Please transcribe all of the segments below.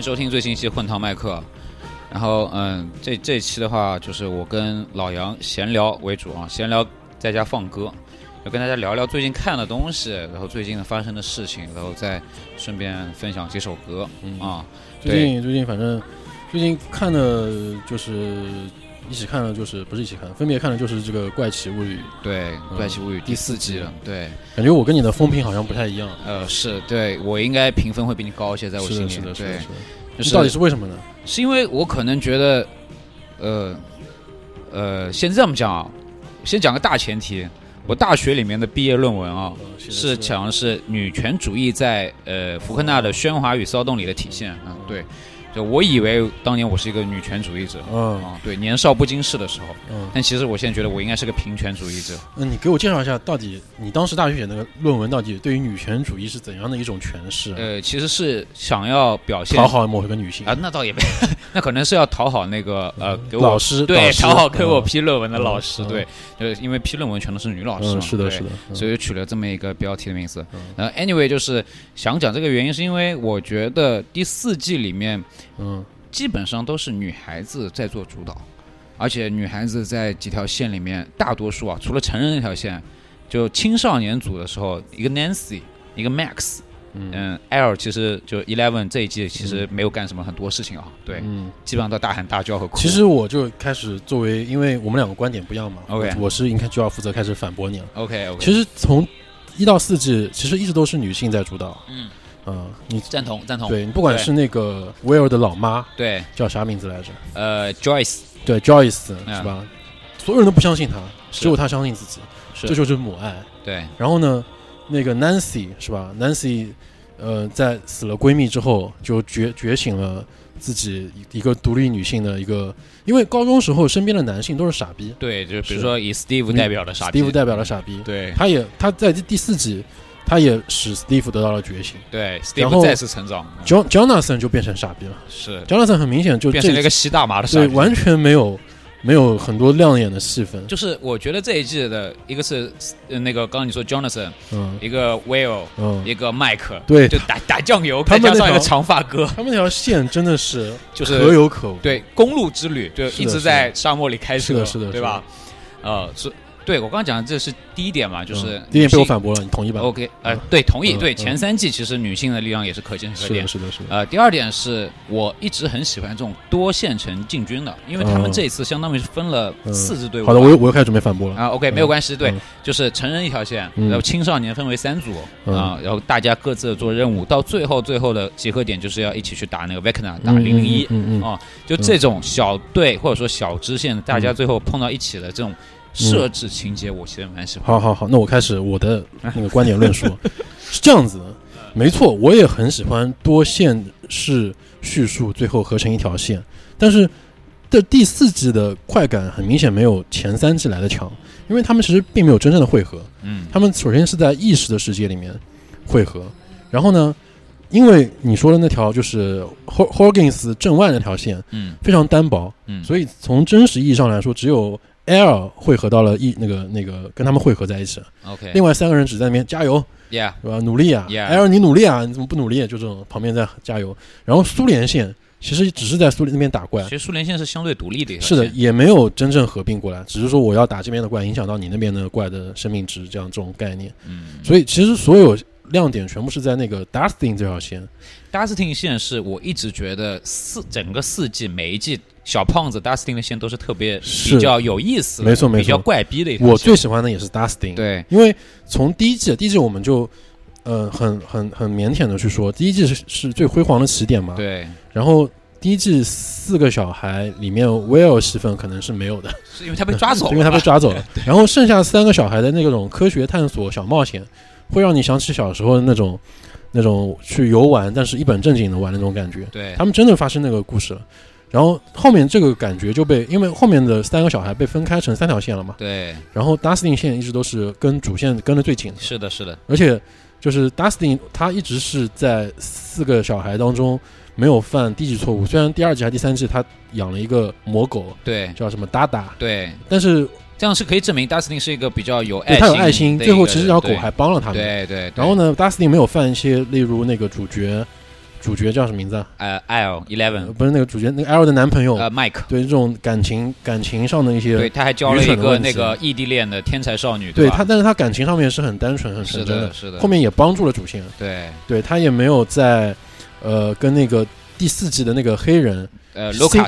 迎收听最新一期混汤麦克。然后这一期的话，就是我跟老杨闲聊为主啊，闲聊在家放歌，就跟大家聊聊最近看的东西，然后最近发生的事情，然后再顺便分享几首歌啊。 最近反正最近看的就是一起看的，就是不是一起看，分别看的就是这个《怪奇物语》。 对，怪奇物语第4季了。对， 感觉我跟你的风评好像不太一样。 是，对，我应该评分会比你高一些，在我心里。 是的。 就是到底是为什么呢？ 是因为我可能觉得，先这么讲啊，先讲个大前提。我大学里面的毕业论文啊，是讲的是女权主义在福克纳的喧哗与骚动里的体现啊。对，就我以为当年我是一个女权主义者，对，年少不经事的时候，但其实我现在觉得我应该是个平权主义者。 你给我介绍一下，到底你当时大学写那个论文，到底对于女权主义是怎样的一种诠释？ 其实是想要表现讨好某一个女性啊，那倒也没，那可能是要讨好那个给我老师， 对，讨好给我批论文的老师，对，因为批论文全都是女老师嘛， 是的， 所以取了这么一个标题的名字。anyway， 就是想讲这个原因，是因为我觉得第4季里面。基本上都是女孩子在做主导，而且女孩子在几条线里面，大多数啊，除了成人那条线，就青少年组的时候，一个 Nancy， 一个 Max，L 其实就 Eleven 这一季其实没有干什么很多事情啊，对，基本上都大喊大叫和哭。 其实我就开始作为，因为我们两个观点不一样嘛 ，OK， 我是应该就要负责开始反驳你了 ，OK， 其实从1到4季，其实一直都是女性在主导，你赞同， 对，你不管是那个威尔的老妈， 对， 叫啥名字来着 ？Joyce， 对 ，Joyce 是吧？所有人都不相信她，只有她相信自己，这就是母爱。 对， 然后呢，那个 Nancy 是吧 ？Nancy 在死了闺蜜之后，就觉醒了自己一个独立女性的一个，因为高中时候身边的男性都是傻逼， 对，就比如说以 Steve 代表的傻逼， ，Steve 代表了傻逼， 对， 他在第4季。他也使 Steve 得到了觉醒， 对 ，Steve 再次成长。 Jonathan 就变成傻逼了， 是 Jonathan 很明显就变成了一个吸大麻的傻逼， 对，完全没有很多亮眼的戏份。 就是我觉得这一季的一个是那个刚刚你说 Jonathan，一个 Will，一个 Mike， 对，就打酱油，再加上一个长发哥， 他们那条线真的是就是可有可无。 对，公路之旅就一直在沙漠里开车， 是的， 对吧？是。对，我刚刚讲的这是第一点嘛，就是第一点被我反驳了，你同意吧 ？OK， 对，同意。对，前3季其实女性的力量也是可见可点。 是的。 第二点是我一直很喜欢这种多线程进军的，因为他们这一次相当于是分了4支队伍。 好的，我又开始准备反驳了啊。OK， 没有关系。对，就是成人一条线，然后青少年分为3组然后大家各自做任务，到最后的集合点就是要一起去打那个 Vecna， 打001就这种小队或者说小支线，大家最后碰到一起的这种。设置情节我其实蛮喜欢。 好，那我开始我的那个观点论述是这样子的，没错，我也很喜欢多线式叙述最后合成一条线，但是这第4季的快感很明显没有前3季来的强，因为他们其实并没有真正的汇合，他们首先是在意识的世界里面汇合，然后呢，因为你说的那条就是 Horgins 镇外那条线，非常单薄，所以从真实意义上来说，只有L 汇合到了那个跟他们汇合在一起。 OK， 另外3个人只在那边加油，是吧？努力啊 ，L 你努力啊，你怎么不努力？就这种旁边在加油。然后苏联线其实只是在苏联那边打怪， 其实苏联线是相对独立的， 是的，也没有真正合并过来，只是说我要打这边的怪，影响到你那边的怪的生命值，这样这种概念。所以其实所有亮点全部是在那个 Dustin 这条线。 Dustin 线是我一直觉得整个4季每一季小胖子 Dustin 的线都是特别比较有意思的， 没错， 比较怪逼的一条线。 我最喜欢的也是 Dustin， 对， 因为从第一季我们就很腼腆的去说，第一季是最辉煌的起点嘛， 对。然后第一季4个小孩里面 Will 戏份可能是没有的， 是因为他被抓走了， 因为他被抓走了。然后剩下3个小孩的那种科学探索小冒险，会让你想起小时候的那种去游玩，但是一本正经的玩的那种感觉。 对， 他们真的发生那个故事了。然后后面这个感觉就因为后面的3个小孩被分开成3条线了嘛。 对。然后 Dustin 线一直都是跟主线跟得最紧的。 是的。 而且就是 Dustin 他一直是在4个小孩当中没有犯低级错误，虽然第2季还第3季他养了一个魔狗， 对， 叫什么达达， 对， 但是这样是可以证明 Dustin 是一个比较有爱心， 他有爱心，最后其实这条狗还帮了他们。 对。 然后呢 ，Dustin 没有犯一些，例如那个主角主角叫什么名字啊 ？L11， 不是那个主角，那个 L 的男朋友 Mike。 对这种感情上的一些， 对，他还交了一个那个异地恋的天才少女， 对吧？ 但是他感情上面是很单纯、很纯真的， 是的。 后面也帮助了主线，对，他也没有在跟那个第4季的那个黑人 Lucas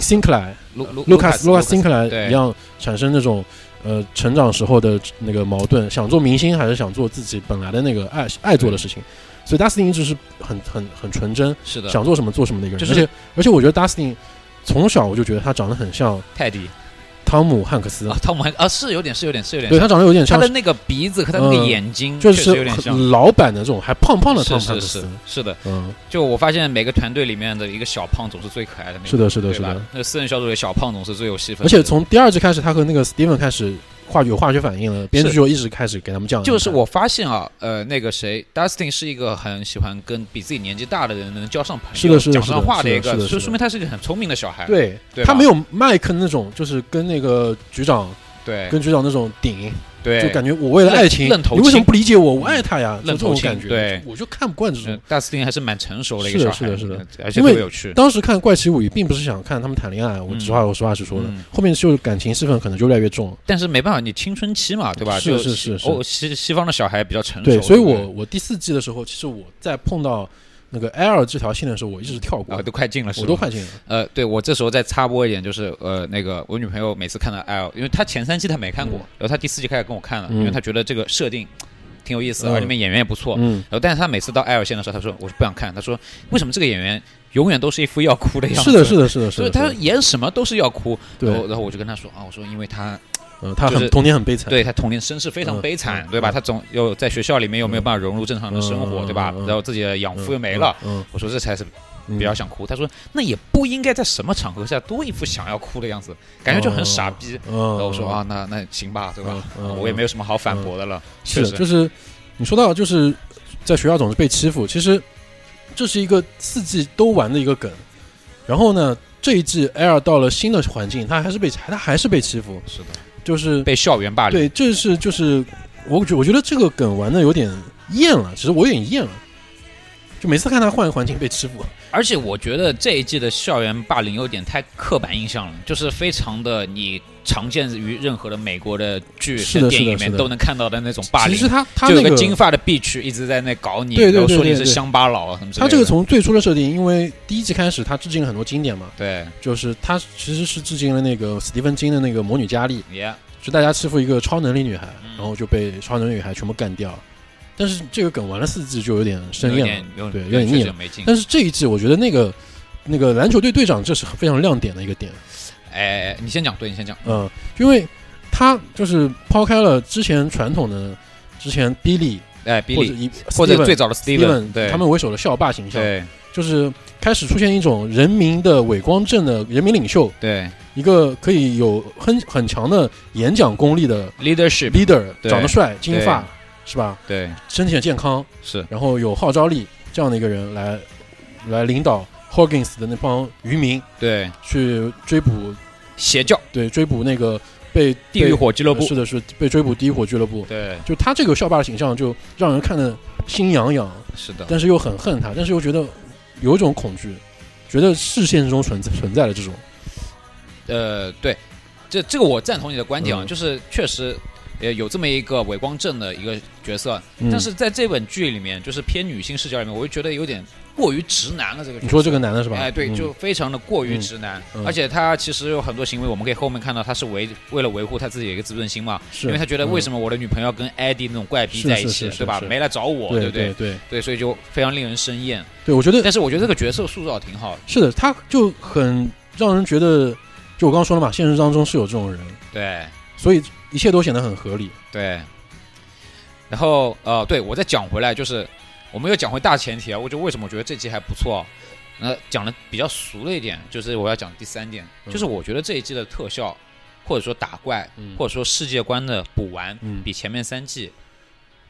Sinclair 一样产生那种成长时候的那个矛盾，想做明星还是想做自己本来的那个爱做的事情。所以 Dustin 一直是很纯真， 是的， 想做什么做什么的一个人。而且我觉得 Dustin 从小我就觉得他长得很像泰迪。 汤姆汉克斯汤姆汉克斯是有点， 对，他长得有点像， 他的那个鼻子和他那个眼睛， 就是有点像老版的这种还胖胖的汤姆汉克斯。 是的，就我发现每个团队里面的一个小胖总是最可爱的那个，是的， 那个4人小组里小胖总是最有戏份。 而且从第2季开始，他和那个 Steven 开始有化学反应了，编剧就一直开始给他们讲。 就是我发现啊，那个谁 ，Dustin 是一个很喜欢跟比自己年纪大的人能交上朋友、讲上话的一个，就说明他是一个很聪明的小孩。 对，他没有麦克那种，就是跟那个局长，跟局长那种顶。 对， 就感觉我为了爱情，你为什么不理解我？我爱他呀，就这种感觉。 对， 我就看不惯这种。 大斯汀还是蛮成熟的一个小孩， 是的， 而且特别有趣。 当时看《怪奇物语》并不是想看他们谈恋爱，我实话实说的。后面就是感情戏份可能就越来越重。 但是没办法，你青春期嘛，对吧？ 是。 西方的小孩比较成熟。 对，所以我第4季的时候，其实我在碰到那个 L 这条线的时候，我一直跳过， 都快进了， 我都快进了。 对，我这时候再插播一点，就是那个我女朋友每次看到 L， 因为她前3季她没看过，然后她第4季开始跟我看了，因为她觉得这个设定挺有意思，而里面演员也不错。然后但是她每次到 L 线的时候，她说我是不想看，她说为什么这个演员永远都是一副要哭的样子？ 是的， 所以她演什么都是要哭。 对， 然后我就跟她说我说因为她。 他童年很悲惨， 对他童年身世非常悲惨，对吧？他总又在学校里面又没有办法融入正常的生活，对吧？然后自己的养父又没了，我说这才是比较想哭。他说那也不应该在什么场合下都一副想要哭的样子，感觉就很傻逼。然后我说那行吧，对吧？我也没有什么好反驳的了。 是，就是你说到就是在学校总是被欺负，其实这是一个4季都玩的一个梗。然后呢，这一季 L 到了新的环境，他还是被欺负。 是的。 就是被校园霸凌， 对，这是就是我觉得这个梗玩的有点厌了，其实我有点厌了，就每次看他换个环境被欺负。 而且我觉得这一季的校园霸凌有点太刻板印象了，就是非常的你常见于任何的美国的剧和电影里面都能看到的那种霸凌。 其实他就有个金发的 bitch 一直在那搞你，然后说你是乡巴佬什么之类的。 他这个从最初的设定，因为第1季开始他致敬了很多经典嘛， 对， 就是他其实是致敬了那个史蒂芬金的那个魔女佳丽，就大家欺负一个超能力女孩，然后就被超能力女孩全部干掉。但是这个梗玩了4季就有点生厌了，对，有点腻了。但是这一季我觉得那个篮球队队长这是非常亮点的一个点。 你先讲，对你先讲。 因为他就是抛开了之前传统的Billy， 或者最早的 Steven 对他们为首的校霸形象， 对， 就是开始出现一种人民的伪光正的人民领袖， 对， 一个可以有很强的演讲功力的 leader， 长得帅，金发。是吧？ 对， 身体很健康， 是， 然后有号召力这样的一个人来领导 Hawkins 的那帮渔民， 对， 去追捕邪教， 对，追捕那个被地狱火俱乐部， 是被追捕地狱火俱乐部， 对， 就他这个校霸的形象就让人看得心痒痒， 是的， 但是又很恨他，但是又觉得有一种恐惧，觉得是现实中存在的这种， 对，这个我赞同你的观点啊，就是确实。有这么一个伪光正的一个角色，但是在这本剧里面，就是偏女性视角里面，我就觉得有点过于直男了。这个你说这个男的是吧？ 对，就非常的过于直男，而且他其实有很多行为，我们可以后面看到他是为了维护他自己的一个自尊心嘛，因为他觉得为什么我的女朋友要跟艾迪那种怪逼在一起，对吧？没来找我，对不对？对，所以就非常令人生厌。 对，我觉得， 但是我觉得这个角色塑造挺好的。 是的，他就很让人觉得，就我刚刚说了嘛，现实当中是有这种人， 对， 所以一切都显得很合理， 对。然后对我再讲回来，就是我们又讲回大前提啊，我就为什么我觉得这季还不错。讲的比较俗的一点，就是我要讲第3点，就是我觉得这一季的特效，或者说打怪，或者说世界观的补完，比前面3季，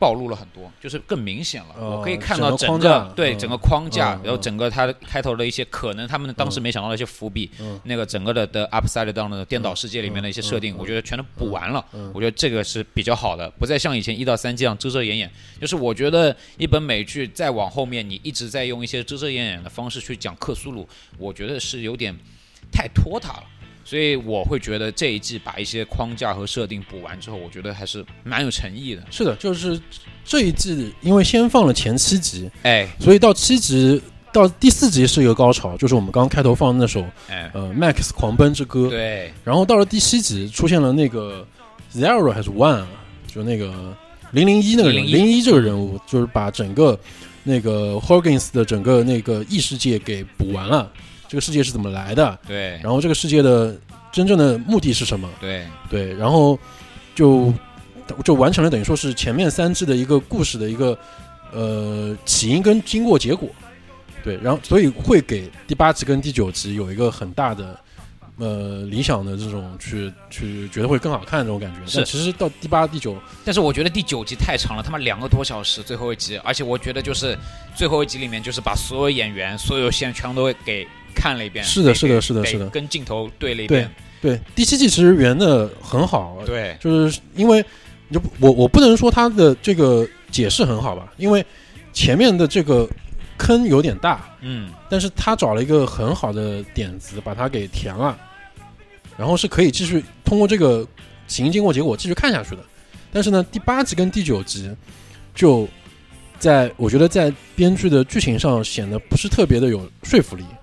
暴露了很多，就是更明显了。我可以看到整个整个框架，然后整个它的开头的一些可能他们当时没想到的一些伏笔，那个整个的 upside down 的颠倒世界里面的一些设定，我觉得全都补完了。我觉得这个是比较好的，不再像以前1到3季这样遮遮掩掩。就是我觉得一本美剧再往后面，你一直在用一些遮遮掩掩的方式去讲克苏鲁，我觉得是有点太拖沓了。所以我会觉得这一季把一些框架和设定补完之后，我觉得还是蛮有诚意的。 是的，就是这一季因为先放了前7集，所以到7集到第4集是一个高潮，就是我们刚刚开头放的那首Max 狂奔之歌。 对， 然后到了第7集出现了那个 Zero 还是 One， 就那个001那个人，001这个人物就是把整个那个 Horgans 的整个那个异世界给补完了。这个世界是怎么来的？ 对， 然后这个世界的真正的目的是什么？对，然后就完成了等于说是前面3季的一个故事的一个起因跟经过结果。对，然后所以会给第8集跟第9集有一个很大的理想的这种去觉得会更好看的这种感觉。但其实到第8、第9， 但是我觉得第9集太长了，他妈2个多小时最后一集，而且我觉得就是最后一集里面就是把所有演员所有线全都给看了一遍。 是的， 跟镜头对了一遍。 对，第7季其实圆的很好。 对， 就是因为我不能说他的这个解释很好吧，因为前面的这个坑有点大，但是他找了一个很好的点子把它给填了，然后是可以继续通过这个起因经过结果继续看下去的。但是呢，第8集跟第9集就我觉得在编剧的剧情上显得不是特别的有说服力。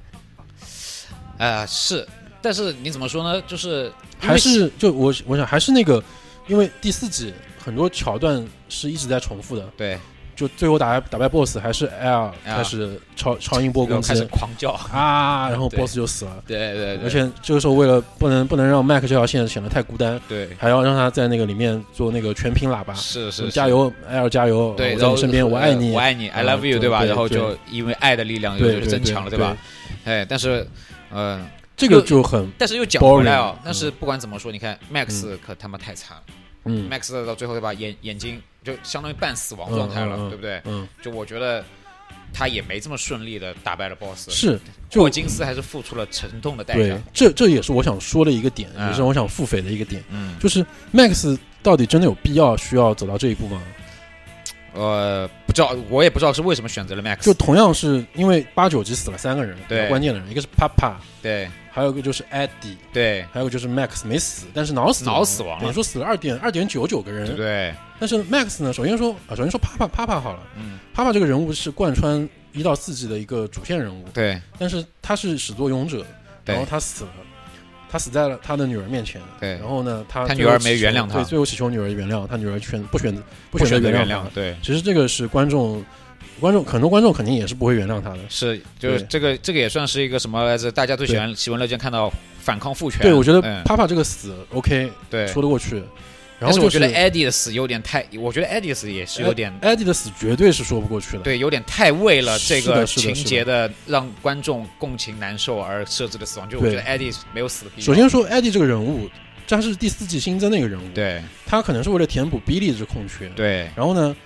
是，但是你怎么说呢？就是还是就我想还是那个，因为第4集很多桥段是一直在重复的。 对， 就最后打败 BOSS 还是 L 开始超音波攻击， 开始狂叫然后 BOSS 就死了。 对， 而且这个时候为了不能让麦克这条线显得太孤单， 对， 还要让他在那个里面做那个全屏喇叭， 是加油 L 加油， 对， 我在你身边，我爱你， 我爱你 I love you， 对吧？然后就因为爱的力量就增强了，对吧？但是这个就很， 但是又讲回来啊，但是不管怎么说，你看 Max 可他妈太惨了。Max 到最后对吧，眼睛就相当于半死亡状态了，对不对？就我觉得他也没这么顺利的打败了 BOSS， 是， 霍金斯还是付出了沉痛的代价。 对，这也是我想说的一个点，也是我想腹诽的一个点，就是 Max 到底真的有必要需要走到这一步吗？ 不知道，我也不知道是为什么选择了 Max。 就同样是因为8、9集死了3个人， 对， 关键的人，一个是 Papa， 对， 还有一个就是 Eddie， 对， 还有一个就是 Max 没死，但是脑死亡了，等于说死了2.99个人， 对。 但是 Max 呢，首先说 Papa 好了，Papa 这个人物是贯穿1到4季的一个主线人物， 对， 但是他是始作俑者，然后他死了。他死在了他的女儿面前， 对， 然后呢，他女儿没原谅他， 对，最后祈求女儿原谅他，女儿不选择原谅他， 对， 其实这个是观众很多观众肯定也是不会原谅他的， 是，就是这个也算是一个什么来着？大家最喜欢乐见看到反抗父权， 对，我觉得 Papa 这个死 OK， 对， 说得过去。 然后我觉得 Eddie 的死有点太，我觉得 Eddie 的死也是有点 ，Eddie 的死绝对是说不过去的， 对，有点太为了这个情节的让观众共情难受而设置的死亡，就我觉得 Eddie 没有死的必要。 首先说 Eddie 这个人物，他是第4季新增的一个人物， 对， 他可能是为了填补 Billy 这空缺， 对， 然后呢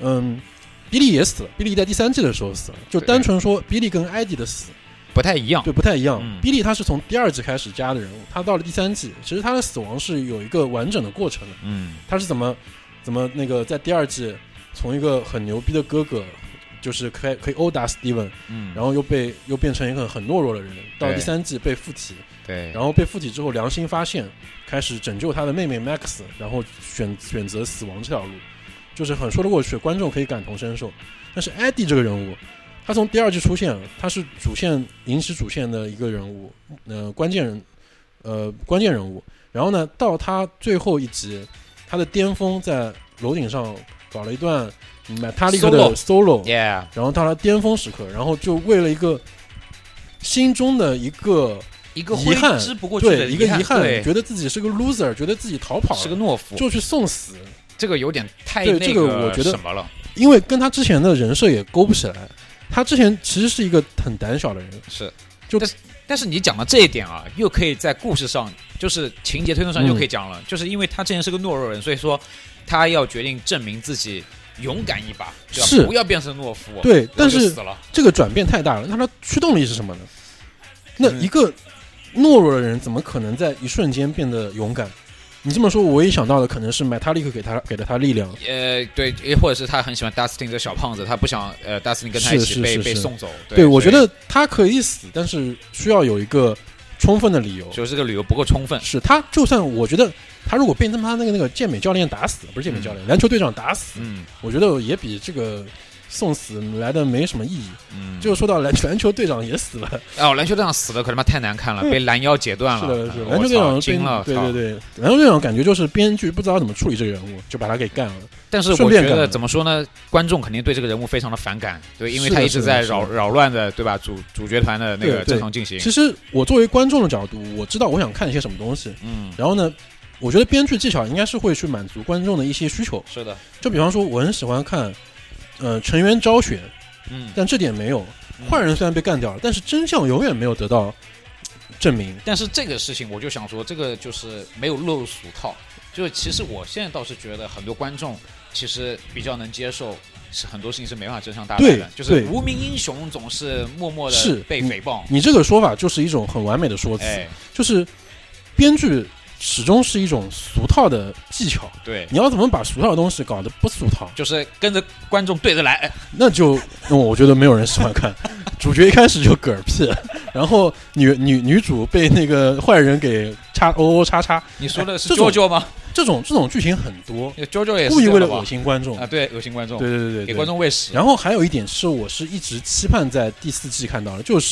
，Billy 也死了 ，Billy 在第3季的时候死了，就单纯说 Billy 跟 Eddie 的死。 不太一样， 对，不太一样。Billy 他是从第2季开始加的人物，他到了第3季，其实他的死亡是有一个完整的过程的。他是怎么那个在第2季从一个很牛逼的哥哥，就是可以殴打 Steven，然后又变成一个很懦弱的人，到第3季被附体， 对， 然后被附体之后良心发现，开始拯救他的妹妹 Max， 然后选择死亡这条路，就是很说得过去，观众可以感同身受。但是 Eddie 这个人物。他从第2季出现，他是引起主线的一个人物，关键人物。然后呢，到他最后一集，他的巅峰在楼顶上搞了一段Metallica的 solo， 然后到了巅峰时刻，然后就为了一个心中的一个遗憾，对，一个遗憾，觉得自己是个 loser， 觉得自己逃跑了， 是个懦夫， 就去送死。 这个有点太对，这个我觉得什么了， 因为跟他之前的人设也勾不起来。他之前其实是一个很胆小的人， 是，但是你讲到这一点啊，又可以在故事上，就是情节推动上又可以讲了，就是因为他之前是个懦弱人，所以说他要决定证明自己勇敢一把， 是不要变成懦夫。 对，但是死了这个转变太大了，那它驱动力是什么呢？那一个懦弱的人怎么可能在一瞬间变得勇敢？你这么说，我也想到的可能是麦塔利克给了他力量。 对，或者是他很喜欢 Dustin 这小胖子，他不想Dustin 跟他一起被送走。 对，我觉得他可以死，但是需要有一个充分的理由， 就是这个理由不够充分。 是他就算我觉得他如果被他那个健美教练打死，不是健美教练，篮球队长打死，我觉得也比这个送死来的没什么意义。就说到篮球队长也死了。 篮球队长死的可他妈太难看了，被拦腰截断了。 是的，篮球队长惊了。对，篮球队长感觉就是编剧不知道怎么处理这个人物，就把他给干了。 但是我觉得怎么说呢？观众肯定对这个人物非常的反感，对，因为他一直在扰乱的，对吧？主角团的那个正常进行。 其实我作为观众的角度，我知道我想看一些什么东西。然后呢，我觉得编剧技巧应该是会去满足观众的一些需求。 是的， 就比方说，我很喜欢看，成员招选，但这点没有。坏人虽然被干掉了，但是真相永远没有得到证明。 但是这个事情，我就想说，这个就是没有落入俗套。就其实我现在倒是觉得，很多观众其实比较能接受，是很多事情是没办法真相大白的。就是无名英雄总是默默的被诽谤。 你这个说法就是一种很完美的说辞，就是编剧始终是一种俗套的技巧。 对， 你要怎么把俗套的东西搞得不俗套？ 就是跟着观众对着来。 那我觉得没有人喜欢看。主角一开始就嗝屁，然后女主被那个坏人给叉。 你说的是JoJo吗？ 这种剧情很多 ，JoJo 也是故意为了恶心观众啊，对，恶心观众， 对， 给观众喂食。 然后还有一点是，我是一直期盼在第4季看到的，就是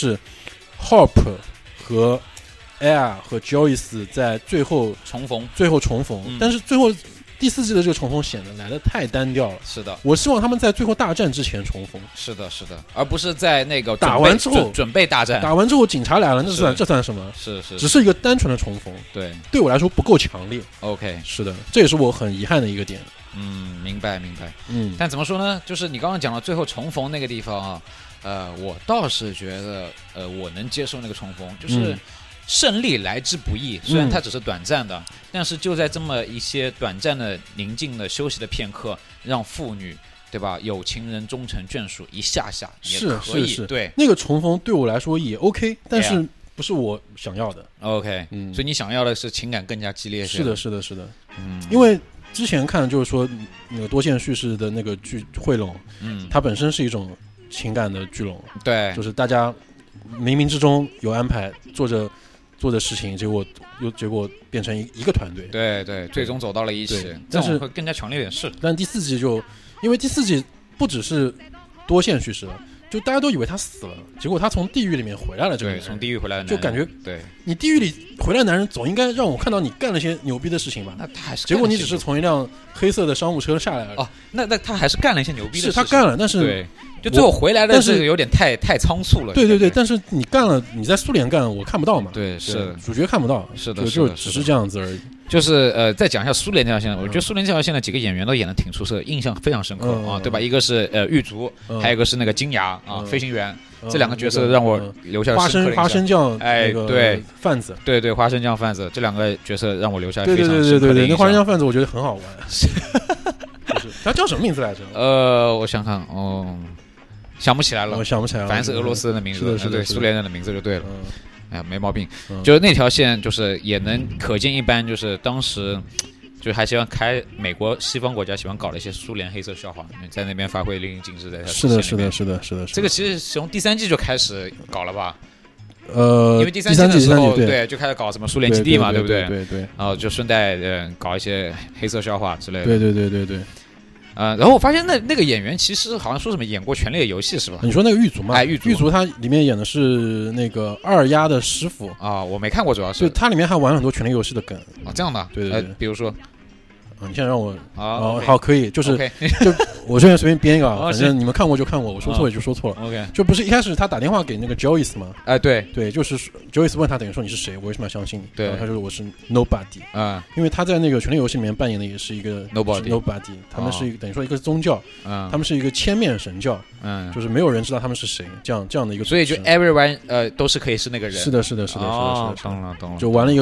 Hop 和 Air 和 Joyce 在最后重逢，但是最后第4季的这个重逢显得来得太单调了。 是的， 我希望他们在最后大战之前重逢。 是的，而不是在那个打完之后准备大战， 打完之后警察来了，这算什么？ 是， 只是一个单纯的重逢。对我来说不够强烈。 OK， 是的，这也是我很遗憾的一个点。 明白。但怎么说呢？就是你刚刚讲到最后重逢那个地方啊，我倒是觉得我能接受那个重逢，就是胜利来之不易，虽然它只是短暂的，但是就在这么一些短暂的宁静的休息的片刻，让父女对吧，有情人终成眷属一下也可以。 是， 对， 那个重逢对我来说也 OK， 但是不是我想要的。 OK，所以你想要的是情感更加激烈。 是的，因为之前看就是说那个多线叙事的那个剧汇拢，它本身是一种情感的聚拢。 对， 就是大家冥冥之中有安排，做的事情，结果变成一个团队。 对，最终走到了一起， 但是会更加强烈点。是， 但第4季因为第4季不只是多线叙事了，就大家都以为他死了，结果他从地狱里面回来了。 对，从地狱回来的男人， 就感觉对你地狱里回来的男人总应该让我看到你干了些牛逼的事情吧？ 那他还是结果你只是从一辆黑色的商务车下来了。 哦，那他还是干了一些牛逼的事情。 是他干了，但是对，就最后回来的是有点太仓促了。 对，但是你干了，你在苏联干，我看不到嘛。 对，是主角看不到。 是的， 就只是这样子而已。 就是再讲一下苏联这条线，我觉得苏联这条线的几个演员都演得挺出色，印象非常深刻啊，对吧？一个是狱卒，还有一个是那个金牙啊，飞行员，这两个角色让我留下深刻的印象。 花生酱， 对， 贩子， 对，花生酱贩子，这两个角色让我留下非常深刻的印象。 对，那花生酱贩子我觉得很好玩。他叫什么名字来着？ 我想想，想不起来了，反正是俄罗斯人的名字，对，苏联人的名字就对了。哎呀，没毛病，就是那条线，就是也能可见一斑，就是当时就还喜欢开美国西方国家喜欢搞的一些苏联黑色笑话，在那边发挥淋漓尽致，在是的。 这个其实从第3季就开始搞了吧？因为第3 季的时候，对，就开始搞什么苏联基地嘛，对不对？ 对， 然后就顺带搞一些黑色笑话之类的。 对。 然后我发现那个演员其实好像说什么演过《权力的游戏》是吧？ 你说那个狱卒吗？ 狱卒他里面演的是那个二丫的师傅啊，我没看过，主要是对，他里面还玩很多《权力游戏》的梗啊，这样的。 对， 比如说。 你现在让我好， 可以，就是就我这边随便编一个，反正你们看过就看过，我说错也就说错了。 OK， 就不是一开始他打电话给那个 Joyce 吗？ 对， 就是 Joyce 问他，等于说你是谁？我为什么要相信你？ 对， 然后他说我是 Nobody 因为他在那个《权力游戏》里面扮演的也是一个 Nobody， 他们是等于说一个宗教，他们是一个千面神教，就是没有人知道他们是谁，这样的一个， 所以就 everyone 都是可以是那个人。 是的， 懂了， 就玩了一个梗。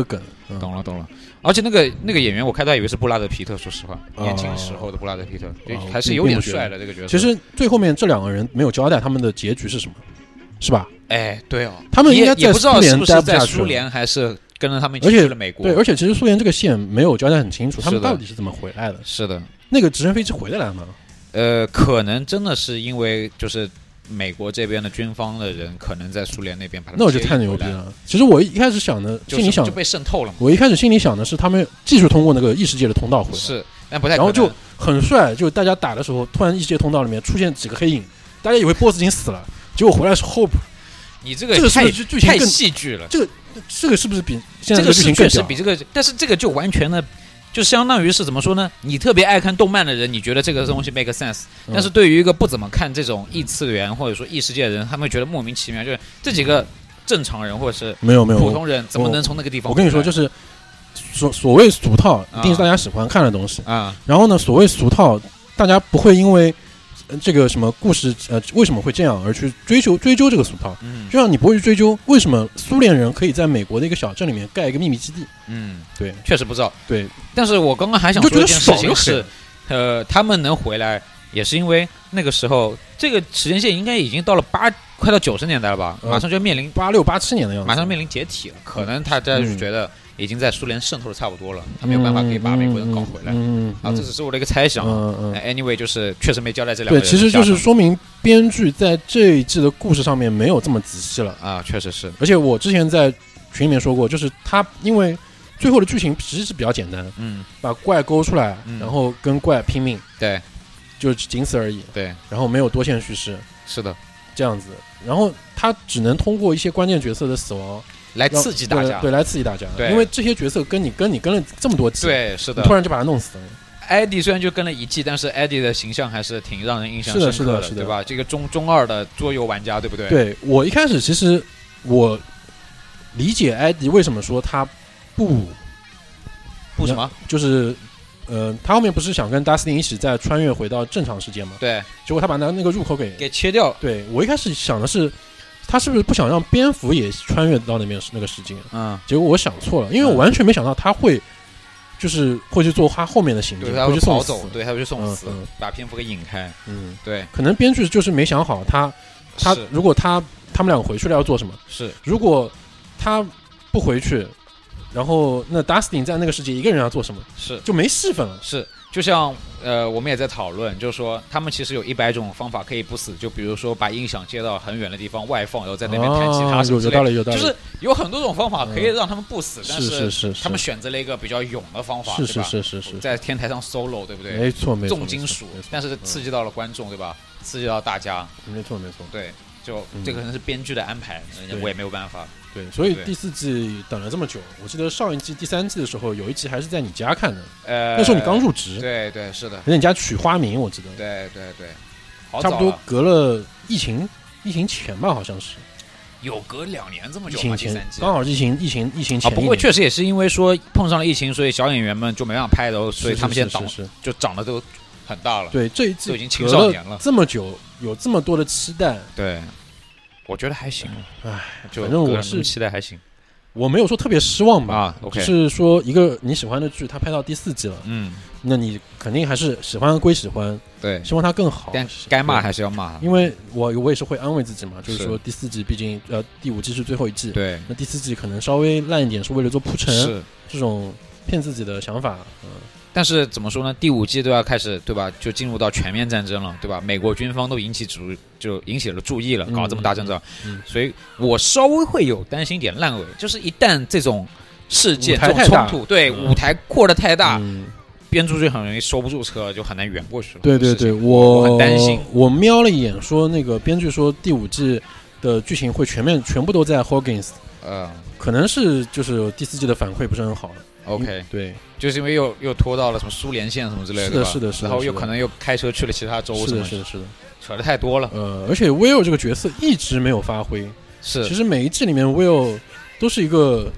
懂了。而且那个演员，我开头以为是布拉德皮特，说实话，年轻时候的布拉德皮特，还是有点帅的这个角色。 其实最后面这2个人没有交代他们的结局是什么，是吧？ 哎，对哦， 他们应该在苏联待不下去了， 在苏联还是跟着他们一起去了美国？ 对，而且其实苏联这个线没有交代很清楚，他们到底是怎么回来的？ 是的， 那个直升飞机回得来吗？ 可能真的是因为就是美国这边的军方的人可能在苏联那边把他们那我就太牛逼了。其实我一开始想的，心里想就被渗透了嘛。 我一开始心里想的是他们继续通过那个异世界的通道回来， 是，但不太可能。 然后就很帅，就大家打的时候，突然异世界通道里面出现几个黑影，大家以为 BOSS 已经死了，结果回来是 Hope。 你这个是不是剧情太戏剧了？这个是不是比现在这个剧情更屌？ 比这个，但是这个就完全的。就相当于是怎么说呢？你特别爱看动漫的人，你觉得这个东西 make sense，但是对于一个不怎么看这种异次元或者说异世界的人，他们会觉得莫名其妙。就是这几个正常人或者是没有普通人，怎么能从那个地方？ 我跟你说，就是所谓俗套，一定是大家喜欢看的东西啊。然后呢，所谓俗套，大家不会因为这个什么故事为什么会这样而去追究这个俗套。就像你不会去追究为什么苏联人可以在美国的一个小镇里面盖一个秘密基地。对， 确实不知道。 对， 但是我刚刚还想说一件事情是，他们能回来也是因为那个时候这个时间线应该已经到了快到90年代了吧，马上就面临 86、87年的样子， 马上面临解体了。可能他就觉得已经在苏联渗透的差不多了，他没有办法可以把美国人搞回来。这只是我的一个猜想。Anyway， 就是确实没交代这2个人。 对，其实就是说明编剧在这一季的故事上面没有这么仔细了啊，确实是。 而且我之前在群里面说过，就是他因为最后的剧情其实是比较简单，把怪勾出来，然后跟怪拼命， 对， 就仅此而已， 对， 然后没有多线叙事， 是的， 这样子，然后他只能通过一些关键角色的死亡来刺激大家， 对，来刺激大家，因为这些角色跟你跟了这么多季， 对，是的， 突然就把他弄死了。 艾迪虽然就跟了1季，但是艾迪的形象还是挺让人印象深刻的，对吧？这个中2的桌游玩家，对不对？ 对，我一开始其实我理解艾迪为什么说他不什么， 就是他后面不是想跟达斯汀一起再穿越回到正常世界吗？ 对， 结果他把那个入口给切掉了。 对，我一开始想的是，他是不是不想让蝙蝠也穿越到那个世界？结果我想错了，因为我完全没想到他会。就是会去做他后面的行径， 会去送死， 对，他会去送死，把蝙蝠给引开。对， 可能编剧就是没想好他如果他们两个回去了要做什么？ 是， 如果他不回去，然后那 Dustin 在那个世界一个人要做什么？ 是， 就没戏份了。 是，就像我们也在讨论，就是说他们其实有100种方法可以不死，就比如说把音响接到很远的地方外放，然后在那边弹吉他什么之类的。 有道理， 就是有很多种方法可以让他们不死，但是他们选择了一个比较勇的方法， 是， 在天台上 solo， 对不对？ 没错， 重金属，但是刺激到了观众，对吧？刺激到大家， 没错， 对，就这可能是编剧的安排，我也没有办法。 对，所以第4季等了这么久，我记得上一季第3季的时候，有一集还是在你家看的。那时候你刚入职。 对，是的。 在你家取花名，我记得。 对， 差不多隔了疫情前吧，好像是。 有隔2年这么久吗？第3季刚好疫情前。 不过确实也是因为说碰上了疫情，所以小演员们就没办法拍的，所以他们现在就长得都很大了。 对，这一季都已经青少年了。 这么久，有这么多的期待。 对。我觉得还行， 反正我是期待还行， 我没有说特别失望吧。 OK， 是说一个你喜欢的剧，它拍到第4季了，那你肯定还是喜欢归喜欢， 对， 希望它更好， 但该骂还是要骂。 因为我也是会安慰自己嘛，就是说第4季毕竟第5季是最后一季， 对， 那第4季可能稍微烂一点，是为了做铺陈， 是这种骗自己的想法， 但是怎么说呢？第5季都要开始，对吧？就进入到全面战争了，对吧？美国军方都引起了注意了，搞这么大阵仗，所以我稍微会有担心点烂尾，就是一旦这种事件、这种冲突，对舞台扩得太大，编出去很容易收不住车，就很难圆过去了。 对， 我很担心。 我瞄了一眼，说那个编剧说第5季的剧情会全部都在 Hoggins，可能是就是第4季的反馈不是很好。 OK， 对， 就是因为又拖到了什么苏联线什么之类的， 是的， 然后又可能又开车去了其他州， 是的， 扯得太多了。 而且 Will 这个角色一直没有发挥， 是， 其实每一季里面 Will 都是一个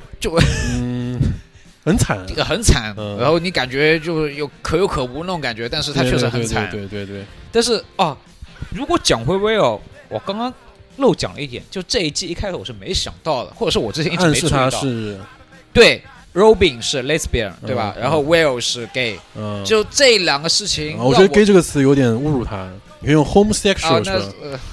很惨， 然后你感觉就有可有可无那种感觉，但是他确实很惨， 对。 但是如果讲回 Will， 我刚刚漏讲了一点，就这一季一开头我是没想到的，或者是我之前一直没注意到， 是对。 Robin 是 lesbian 对吧？然后 Will 是 gay，就这两个事情。 我觉得 gay 这个词有点侮辱他，你可以用 homosexual 是吧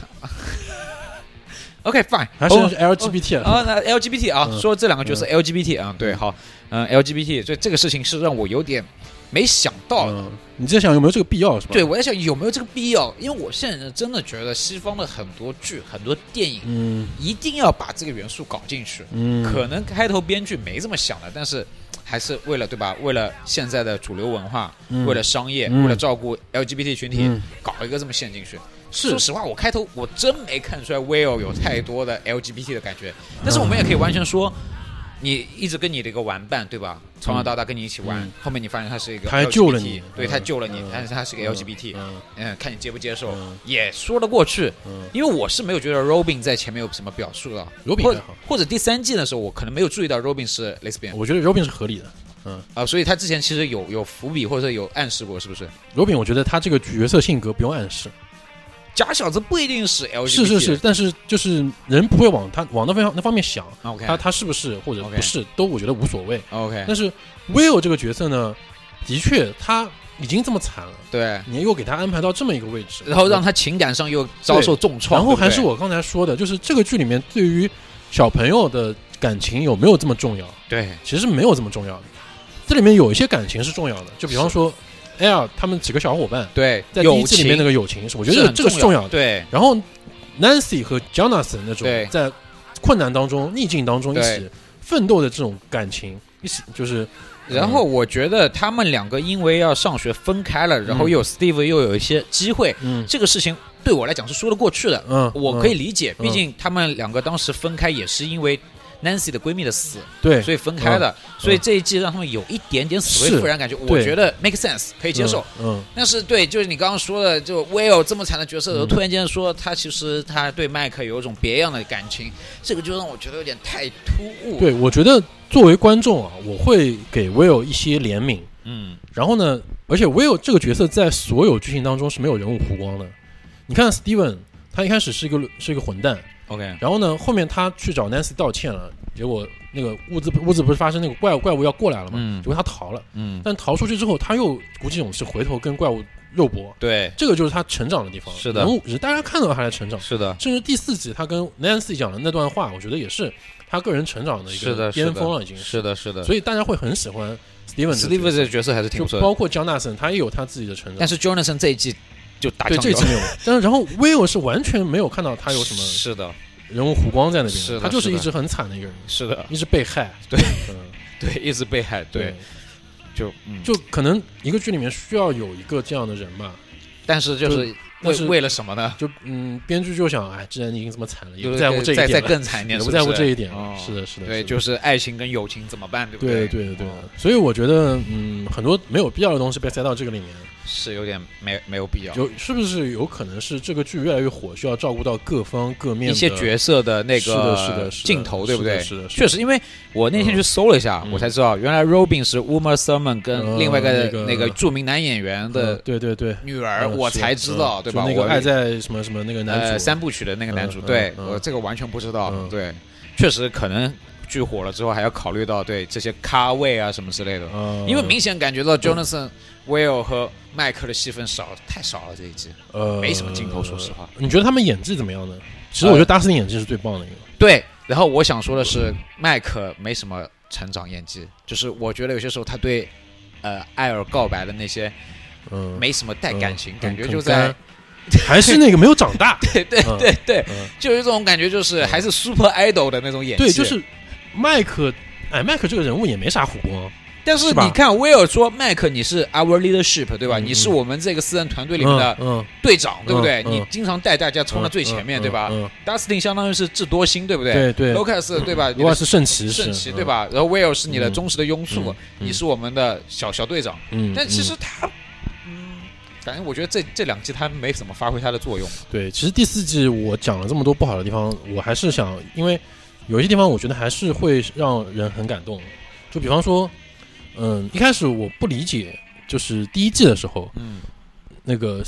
？OK fine， 还是 LGBT 那 LGBT 啊，说这两个角色 LGBT 啊，对，好，LGBT， 所以这个事情是让我有点没想到的。 你在想有没有这个必要是吧？ 对，我在想有没有这个必要，因为我现在真的觉得西方的很多剧、很多电影，一定要把这个元素搞进去。可能开头编剧没这么想的，但是还是为了对吧？为了现在的主流文化，为了商业，为了照顾 LGBT 群体，搞一个这么陷进去。说实话，我开头我真没看出来 Will 有太多的 LGBT 的感觉，但是我们也可以完全说。你一直跟你的一个玩伴，对吧？从小到大跟你一起玩，后面你发现他是一个 LGBT， 他还救了你， 对，他救了你，但是他是个 LGBT，看你接不接受，也说得过去。因为我是没有觉得 Robin 在前面有什么表述的 ，Robin 或者第3季的时候，我可能没有注意到 Robin 是 lesbian， 我觉得 Robin 是合理的， 所以他之前其实有伏笔或者有暗示过，是不是 ？Robin 我觉得他这个角色性格不用暗示。 假小子不一定是 LGBT， 是，但是就是人不会往那方面想， okay， 他是不是或者不是都我觉得无所谓。 OK， 但是 Will 这个角色呢，的确他已经这么惨了， 对， 你又给他安排到这么一个位置， 然后让他情感上又遭受重创， 然后还是我刚才说的，就是这个剧里面对于小朋友的感情有没有这么重要？ 对， 其实没有这么重要的。这里面有一些感情是重要的，就比方说。他们几个小伙伴， 对， 在第一季里面那个友情是，我觉得这个是重要的。 对， 然后 Nancy 和 Jonathan 那种在困难当中、逆境当中一起奋斗的这种感情，一起就是。 然后我觉得他们两个因为要上学分开了，然后又有 Steve 又有一些机会，这个事情对我来讲是说得过去的。我可以理解，毕竟他们两个当时分开也是因为。Nancy 的闺蜜的死， 对， 所以分开的，所以这一季让他们有一点点死灰复燃感觉，我觉得 make sense 可以接受。但是对，就是你刚刚说的，就 Will 这么惨的角色，突然间说他其实他对麦克有一种别样的感情，这个就让我觉得有点太突兀。 对，我觉得作为观众啊，我会给 Will 一些怜悯。然后呢，而且 Will 这个角色在所有剧情当中是没有人物弧光的。你看 Steven， 他一开始是一个混蛋。 OK， 然后呢，后面他去找 Nancy 道歉了，结果那个屋子不是发生那个怪物要过来了嘛，结果他逃了，但逃出去之后，他又鼓起勇气回头跟怪物肉搏，对，这个就是他成长的地方，是的，人物大家看到他的成长，是的，甚至第4集他跟 Nancy 讲的那段话，我觉得也是他个人成长的一个巅峰了，已经是的，所以大家会很喜欢 Steven 这个角色还是挺不错的，包括 Jonathan 他也有他自己的成长， 但是 Jonathan 这一季。就打对这集没有，但是然后 Will 是完全没有看到他有什么是的人物弧光在那边， 是的， 他就是一直很惨的一个人， 是的， 一直被害， 对，对，一直被害，对， 就可能一个剧里面需要有一个这样的人吧， 但是就是为了什么呢？ 就编剧就想，既然你已经这么惨了，也不在乎这一点， 再更惨一点， 也不在乎这一点，是的， 对，就是爱情跟友情怎么办，对不对？ 对，所以我觉得，很多没有必要的东西被塞到这个里面。 是有点没有必要， 是不是有可能是这个剧越来越火，需要照顾到各方各面的一些角色的那个镜头，对不对？ 是的， 确实，因为我那天去搜了一下，我才知道原来 Robin 是 Uma Thurman 跟另外一个那个著名男演员的对女儿，我才知道，对吧？ 那个爱在什么什么那个男主 3部曲的那个男主，对我这个完全不知道，对，确实可能。剧火了之后还要考虑到对这些咖位啊什么之类的，因为明显感觉到 Jonathan、Will 和麦克的戏份太少了这一季，没什么镜头。说实话， 你觉得他们演技怎么样呢？其实我觉得达斯汀演技是最棒的一个。 对，然后我想说的是，麦克没什么成长演技，就是我觉得有些时候他对艾尔告白的那些，没什么带感情，感觉就在。 还是那个没有长大， 对，就有一种感觉，就是还是 super idol 的那种演技。 对，就是麦克这个人物也没啥弧光， 但是你看威尔说麦克你是 our leadership 对吧？你是我们这个私人团队里面的队长，对不对？你经常带大家冲到最前面，对吧？Dustin 相当于是智多星，对不对？ 对 ，Lucas 对吧 ？Lucas 是圣骑对吧？然后威尔是你的忠实的拥簇，你是我们的小队长。但其实他。反正我觉得这2季他没怎么发挥他的作用。 对，其实第4季我讲了这么多不好的地方，我还是想，因为有一些地方我觉得还是会让人很感动。就比方说，一开始我不理解，就是第1季的时候，那个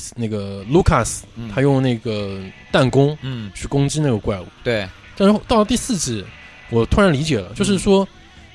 Lucas 他用那个弹弓去攻击那个怪物， 对。 但是到了第4季，我突然理解了，就是说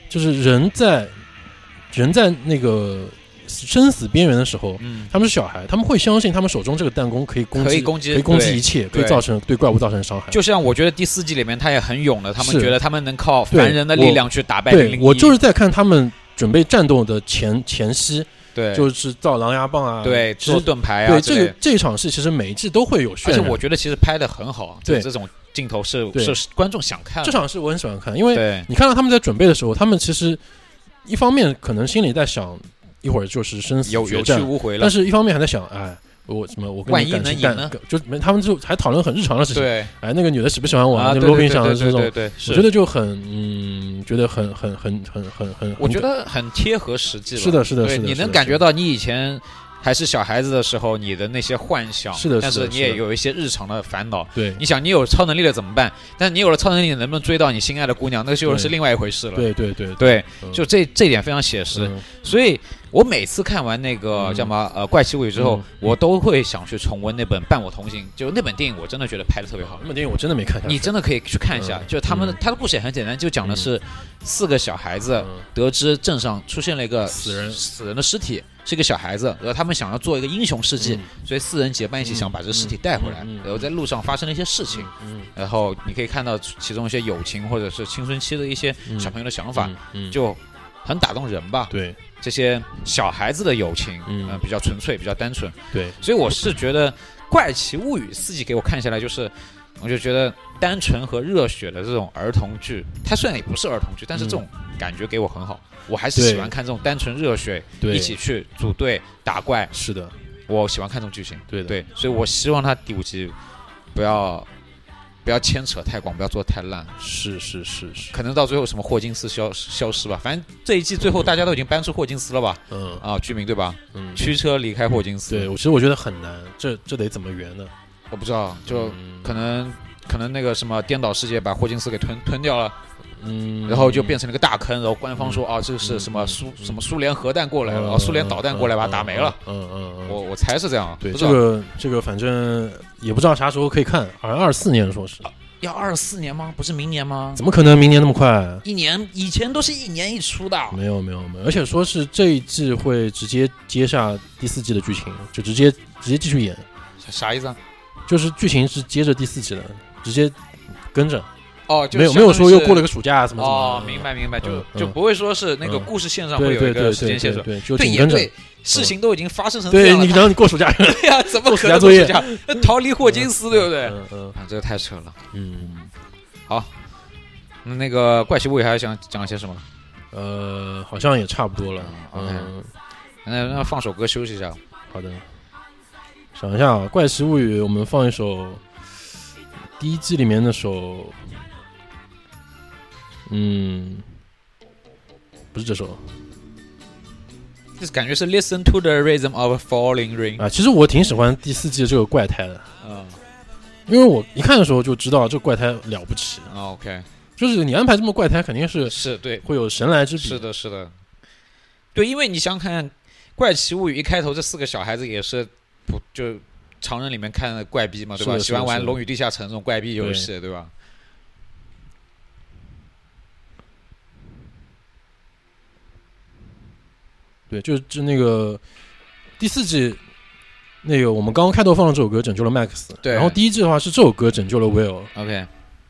就是人在那个生死边缘的时候，他们是小孩，他们会相信他们手中这个弹弓可以攻击一切，可以造成对怪物造成伤害。 就像我觉得第4季里面他也很勇的，他们觉得他们能靠凡人的力量去打败001。 对，我就是在看他们准备战斗的前夕。 对， 就是造狼牙棒啊， 对，做盾牌啊， 对，这一场戏其实每一季都会有渲染， 而且我觉得其实拍的很好，对，这种镜头是观众想看的。 这场戏我很喜欢看，因为你看到他们在准备的时候，他们其实一方面可能心里在想，一会儿就是生死决战， 有去无回了， 但是一方面还在想，哎。我跟万一能赢呢？ 就他们就还讨论很日常的事情。 对， 哎，那个女的喜不喜欢我？那个罗宾想的这种，我觉得就很，觉得很， 我觉得很贴合实际了。 是的，是的， 对，你能感觉到你以前还是小孩子的时候，你的那些幻想， 是的， 但是你也有一些日常的烦恼。 对， 你想，你有超能力了怎么办？但是你有了超能力，能不能追到你心爱的姑娘？那就是另外一回事了。 对， 就这点非常写实，所以。我每次看完那个叫什么怪奇物语之后，我都会想去重温那本《伴我同行》，就那本电影，我真的觉得拍的特别好。 那本电影我真的没看下去， 你真的可以去看一下。就他的故事也很简单，就讲的是4个小孩子得知镇上出现了一个死人的尸体，是一个小孩子，然后他们想要做一个英雄事迹，所以4人结伴一起想把这个尸体带回来，然后在路上发生了一些事情，然后你可以看到其中一些友情或者是青春期的一些小朋友的想法，就很打动人吧。 对。 这些小孩子的友情，比较纯粹，比较单纯。 对， 所以我是觉得《怪奇物语》4季给我看下来，我就觉得单纯和热血的这种儿童剧，它虽然也不是儿童剧，但是这种感觉给我很好。我还是喜欢看这种单纯热血，一起去组队打怪。 是的， 我喜欢看这种剧情。 对， 所以我希望它第5季不要牵扯太广，不要做太烂。 是， 可能到最后什么霍金斯消失吧，反正这一季最后大家都已经搬出霍金斯了吧？居民对吧？驱车离开霍金斯。 对，其实我觉得很难，这得怎么圆呢？ 我不知道，就可能那个什么颠倒世界把霍金斯给吞掉了。然后就变成了一个大坑，然后官方说这是什么苏联核弹过来了，苏联导弹过来把它打没了。我猜是这样。 对，这个反正也不知道啥时候可以看，好像24年说是。 要24年吗？不是明年吗？ 怎么可能明年那么快 ？1年，以前都是1年一出的。 没有，而且说是这一季会直接接下第4季的剧情，就直接继续演。 啥意思啊？ 就是剧情是接着第4季的，直接跟着。 就没有说又过了个暑假什么明白，就不会说是那个故事线上会有一个时间线索， 对， 也对，事情都已经发生成这样了， 然后你过暑假， 对呀，怎么可能过暑假？逃离霍金斯，对不对？这个太扯了。好，那个怪奇物语还想讲一些什么？ 好像也差不多了。 那放首歌休息一下。 好的，想一下啊，怪奇物语，我们放一首第1季里面的首。不是这首， 就是感觉是 Listen to the Rhythm of Falling Rain 啊。其实我挺喜欢第4季的这个怪胎的，因为我一看的时候就知道这个怪胎了不起。 OK， 就是你安排这么怪胎，肯定是对， 会有神来之笔。 是的，对，因为你想看《怪奇物语》一开头这4个小孩子也是就常人里面看的怪逼嘛，对吧？喜欢玩《龙与地下城》这种怪逼游戏，对吧？ 对，就那个第4季，那个我们刚刚开头放的这首歌拯救了 Max， 对。 然后第1季的话是这首歌拯救了 Will。OK。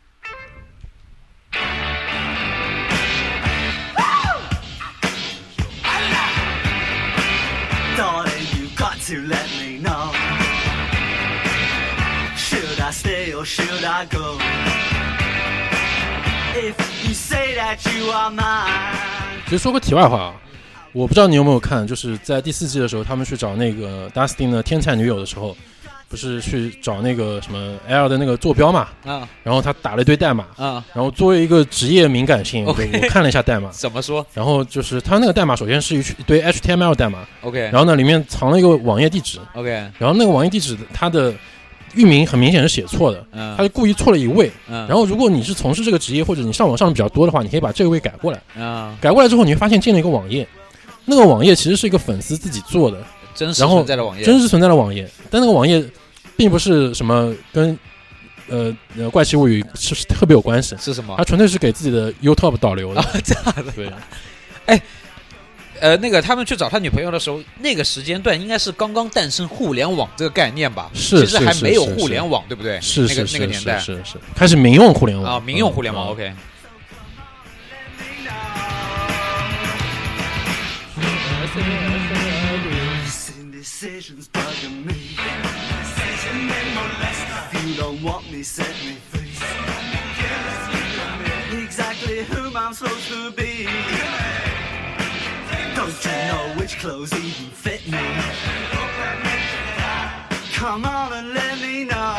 其实说个题外话啊。我不知道你有没有看，就是在第4季的时候，他们去找那个 Dustin 的天才女友的时候，不是去找那个什么 L 的那个坐标嘛？然后他打了一堆代码然后作为一个职业敏感性，我看了一下代码， 怎么说？ 然后就是他那个代码首先是一堆 HTML 代码 ，OK， 然后呢里面藏了一个网页地址 ，OK， 然后那个网页地址它的域名很明显是写错的，他就故意错了一位，然后如果你是从事这个职业或者你上网上的比较多的话，你可以把这个位改过来，改过来之后你会发现进了一个网页。那个网页其实是一个粉丝自己做的， 真实存在的网页， 真实存在的网页，但那个网页并不是什么跟怪奇物语是特别有关系。 是什么？ 他纯粹是给自己的 YouTube 导流的。 这样的。 对。 那个他们去找他女朋友的时候，那个时间段应该是刚刚诞生互联网这个概念吧？ 是， 其实还没有互联网，对不对？ 是那个年代是开始民用互联网啊，民用互联网。OK。 Don't you know which clothes even fit me? Come on and let me know.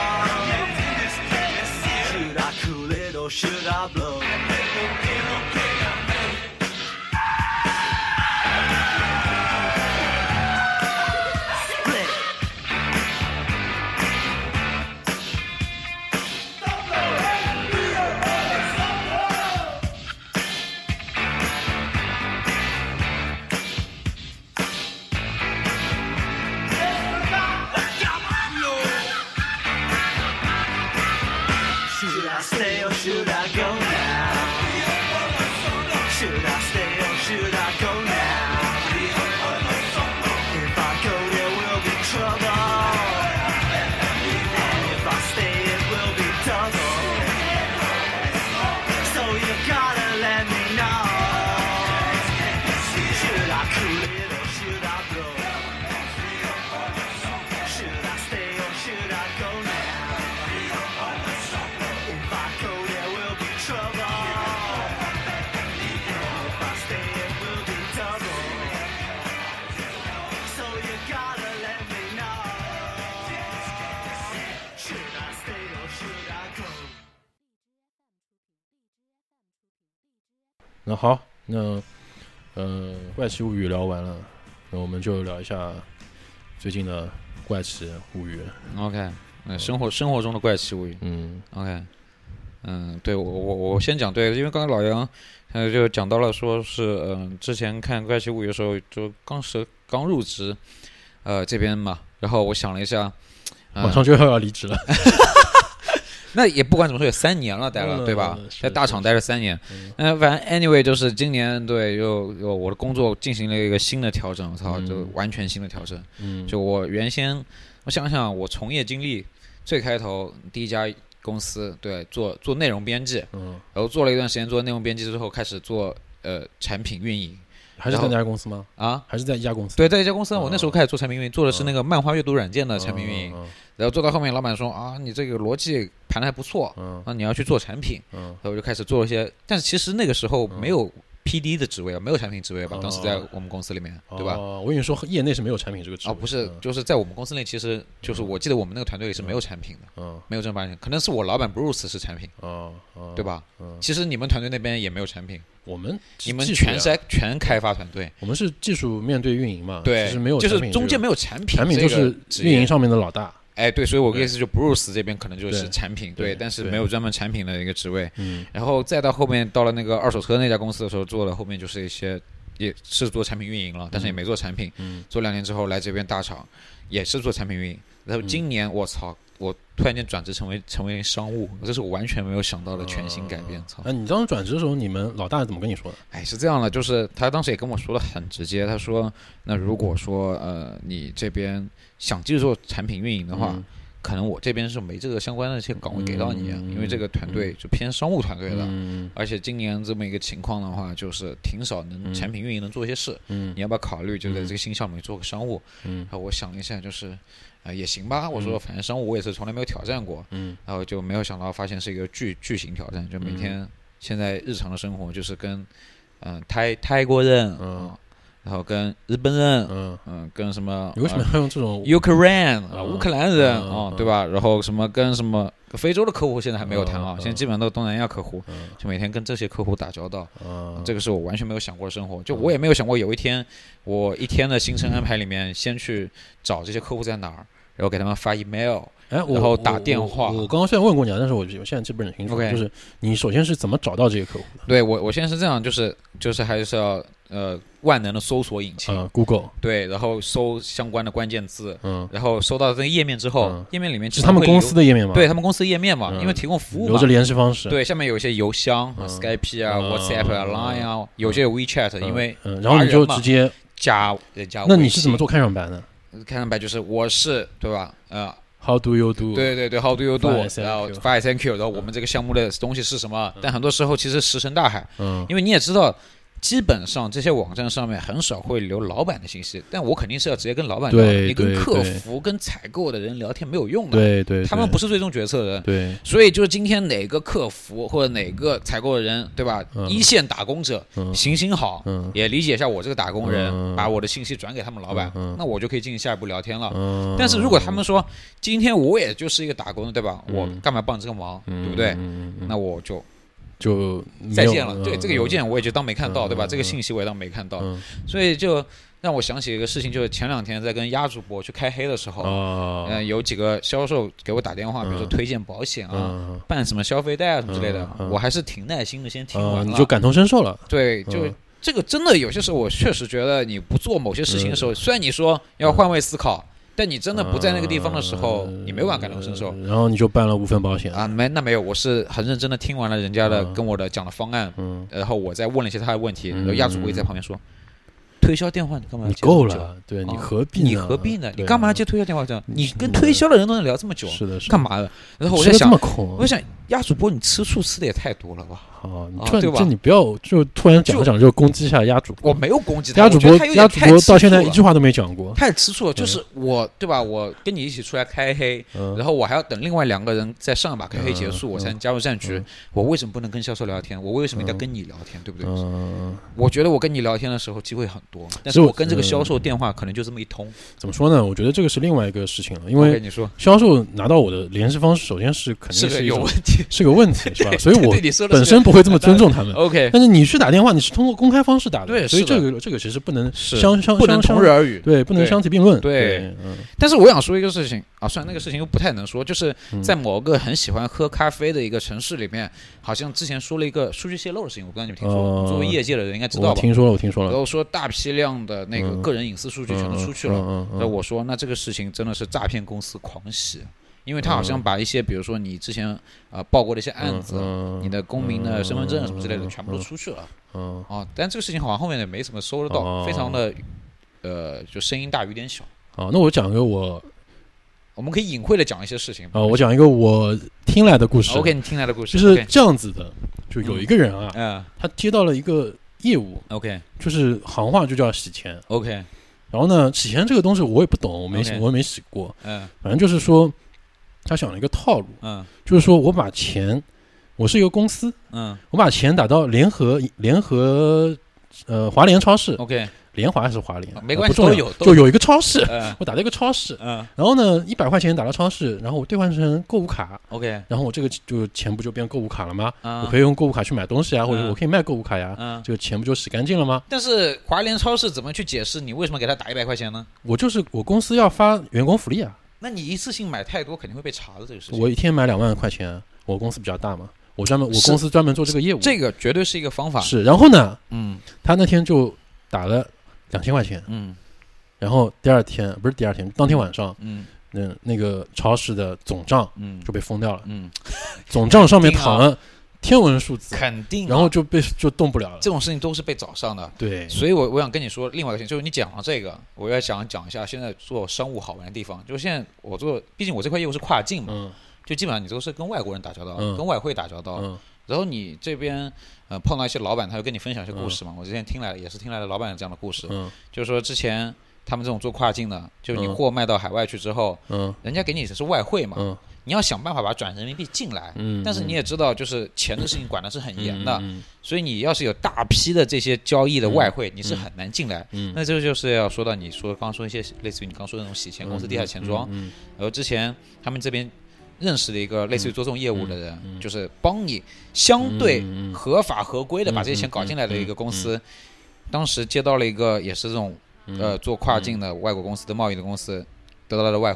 Should I cool it or should I blow? Split. Should I stay or should I go now? Should I stay or should I go now? If I go there will be trouble, and if I stay it will be double. So you gotta let me know. Should I cool it or should I blow? Should I stay or should I go now?If I go there will be trouble, and if I stay it will be double. So you gotta let me know. Should I stay or should I go? 那好，那怪奇物语聊完了，那我们就聊一下最近的怪奇物语。 OK。生活中的怪奇物语。OK。对，我先讲。对，因为刚才老杨就讲到了，说是之前看怪奇物语的时候就刚入职这边嘛，然后我想了一下， 马上就要离职了。 那也不管怎么说，也3年了，待了，对吧？在大厂待了3年。反正 anyway 就是今年对又我的工作进行了一个新的调整，我操，就完全新的调整。就我原先我想想，我从业经历最开头第一家公司，对，做内容编辑，然后做了一段时间做内容编辑之后，开始做产品运营。 还是在那家公司吗？ 啊， 还是在一家公司？ 对，在一家公司，我那时候开始做产品运营，做的是那个漫画阅读软件的产品运营。然后做到后面，老板说啊，你这个逻辑盘的还不错，你要去做产品。然后我就开始做一些，但是其实那个时候没有 PD 的职位，没有产品职位吧？当时在我们公司里面，对吧？ 我跟你说，业内是没有产品这个职位。 不是，就是在我们公司内，其实就是我记得我们那个团队里是没有产品的，没有正儿八经，可能是我老板 Bruce 是产品，对吧？其实你们团队那边也没有产品。你们全开发团队， 我们是技术面对运营嘛， 对， 其实没有就是中间没有产品， 产品就是运营上面的老大。 对，所以我的意思就 Bruce 这边可能就是产品，对，但是没有专门产品的一个职位。然后再到后面到了那个二手车那家公司的时候，做了后面就是一些也是做产品运营了，但是也没做产品。做2年之后来这边大厂，也是做产品运营。然后今年我操，我突然间转职成为商务，这是我完全没有想到的全新改变。操！ 你当时转职的时候，你们老大怎么跟你说的？ 是这样的，就是他当时也跟我说的很直接，他说，那如果说你这边想继续做产品运营的话，可能我这边是没这个相关的一些岗位给到你，因为这个团队就偏商务团队了，而且今年这么一个情况的话，就是挺少能产品运营能做一些事，你要不要考虑就在这个新项目里做个商务？然后我想了一下，就是也行吧，我说反正商务我也是从来没有挑战过，然后就没有想到发现是一个巨型挑战，就每天现在日常的生活就是跟泰国人然后跟日本人，跟什么？ 你为什么要用这种乌克兰乌克兰人对吧？然后什么跟什么非洲的客户现在还没有谈现在基本上都是东南亚客户，就每天跟这些客户打交道，这个是我完全没有想过的生活。就我也没有想过有一天，我一天的行程安排里面先去找这些客户在哪儿，然后给他们发 email， 哎， 然后打电话。 我刚刚虽然问过你但是我现在记不是很清楚。 Okay. 就是你首先是怎么找到这个客户的？ 对我现在是这样，就是还是要万能的搜索引擎 Google 对，然后搜相关的关键字，然后搜到这个页面之后，页面里面是他们公司的页面吗？ 对他们公司的页面嘛，因为提供服务嘛， 留着联系方式。 对，下面有一些邮箱，Skype 啊，WhatsApp 啊，Line 啊，有些有 WeChat，因为然后你就直接加人家。 那你是怎么做开场白呢？ 开场白就是我是对吧 ？How do you do？ 对 ，How do you do？ 然后 Fine Thank you， 然后我们这个项目的东西是什么？但很多时候其实石沉大海，因为你也知道。基本上这些网站上面很少会留老板的信息，但我肯定是要直接跟老板聊，你跟客服、跟采购的人聊天没有用的，对，他们不是最终决策人， 对， 所以就是今天哪个客服或者哪个采购的人，对吧？一线打工者，行好，也理解一下我这个打工人，把我的信息转给他们老板，那我就可以进行下一步聊天了。但是如果他们说今天我也就是一个打工的，对吧？我干嘛帮你这个忙，对不对？那我就再见了。对，这个邮件我也就当没看到，对吧？这个信息我也当没看到，所以就让我想起一个事情，就是前2天在跟鸭主播去开黑的时候，有几个销售给我打电话，比如说推荐保险啊，办什么消费贷啊什么之类的，我还是挺耐心的，先听完了， 你就感同身受了。 对，就这个真的有些时候，我确实觉得你不做某些事情的时候，虽然你说要换位思考。但你真的不在那个地方的时候，你没有办法感同身受。 然后你就办了5份保险啊？没有，我是很认真的听完了人家的跟我的讲的方案，然后我再问了一些他的问题，然后亚主播也在旁边说。推销电话你干嘛要接？ 你够了，对你何必呢？ 你何必呢？你干嘛接推销电话？这样你跟推销的人都能聊这么久， 是的， 干嘛的？然后我在想， 我想鸭主播你吃醋吃的也太多了吧？ 对吧？你不要就突然讲就攻击一下鸭主播。 我没有攻击他， 鸭主播到现在一句话都没讲过， 太吃醋了。就是我对吧？我跟你一起出来开黑，然后我还要等另外2个人在上一把开黑结束，我才能加入战局。我为什么不能跟销售聊天？我为什么一定要跟你聊天？对不对？我觉得我跟你聊天的时候机会很多，但是我跟这个销售电话可能就这么一通。 怎么说呢？我觉得这个是另外一个事情了，因为销售拿到我的联系方式，首先是肯定是有问题， 是个问题，是吧？所以我本身不会这么尊重他们。 OK， 但是你去打电话，你是通过公开方式打的， 对， 所以这个其实不能不能同日而语， 对，不能相提并论， 对。但是我想说一个事情啊，虽然那个事情又不太能说，就是在某个很喜欢喝咖啡的一个城市里面，好像之前说了一个数据泄露的事情，我不知道你们听说，作为业界的人应该知道吧？ 我听说了。 然后说大批量的那个个人隐私数据全都出去了，然后我说那这个事情真的是诈骗公司狂喜。因为他好像把一些，比如说你之前报过的一些案子，你的公民的身份证什么之类的，全部都出去了。但这个事情好像后面也没怎么收得到，非常的就声音大雨点小。 那我讲一个我们可以隐晦的讲一些事情。 我讲一个我听来的故事。 OK， 你听来的故事就是这样子的，就有一个人他接到了一个业务 ，OK， 就是行话就叫洗钱 ，OK。 然后呢，洗钱这个东西我也不懂，我没洗过，反正就是说。他想了一个套路，就是说我把钱，我是一个公司，我把钱打到联合华联超市 ，OK， 联华还是华联， 没关系， 就有一个超市，我打到一个超市，然后呢100块钱打到超市，然后我兑换成购物卡 ，OK， 然后我这个就钱不就变购物卡了吗？我可以用购物卡去买东西啊，或者我可以卖购物卡呀，这个钱不就洗干净了吗？ 但是华联超市怎么去解释你为什么给他打100块钱呢？ 我公司要发员工福利啊。 那你一次性买太多肯定会被查的，这个事情。 我一天买2万块钱，我公司比较大嘛，我公司专门做这个业务， 这个绝对是一个方法。 是，然后呢，他那天就打了2000块钱，然后当天晚上，那个超市的总账就被封掉了，总账上面躺了天文数字， 肯定， 然后就动不了了。 这种事情都是被找上的， 对。 所以我想跟你说另外一个事情，就是你讲了这个，我要讲一下现在做商务好玩的地方。就是现在我做，毕竟我这块业务是跨境嘛，就基本上你都是跟外国人打交道，跟外汇打交道。然后你这边碰到一些老板，他就跟你分享一些故事嘛。我之前也是听来的老板这样的故事，就是说之前他们这种做跨境的，就是你货卖到海外去之后，人家给你的是外汇嘛。你要想办法把它转人民币进来，但是你也知道，就是钱的事情管的是很严的，所以你要是有大批的这些交易的外汇，你是很难进来。那这个就是要说到刚刚说一些类似于你刚说的那种洗钱公司、地下钱庄，然后之前他们这边认识的一个类似于做这种业务的人，就是帮你相对合法合规的把这些钱搞进来的一个公司，当时接到了一个也是这种做跨境的外国公司的贸易的公司，得到了外汇。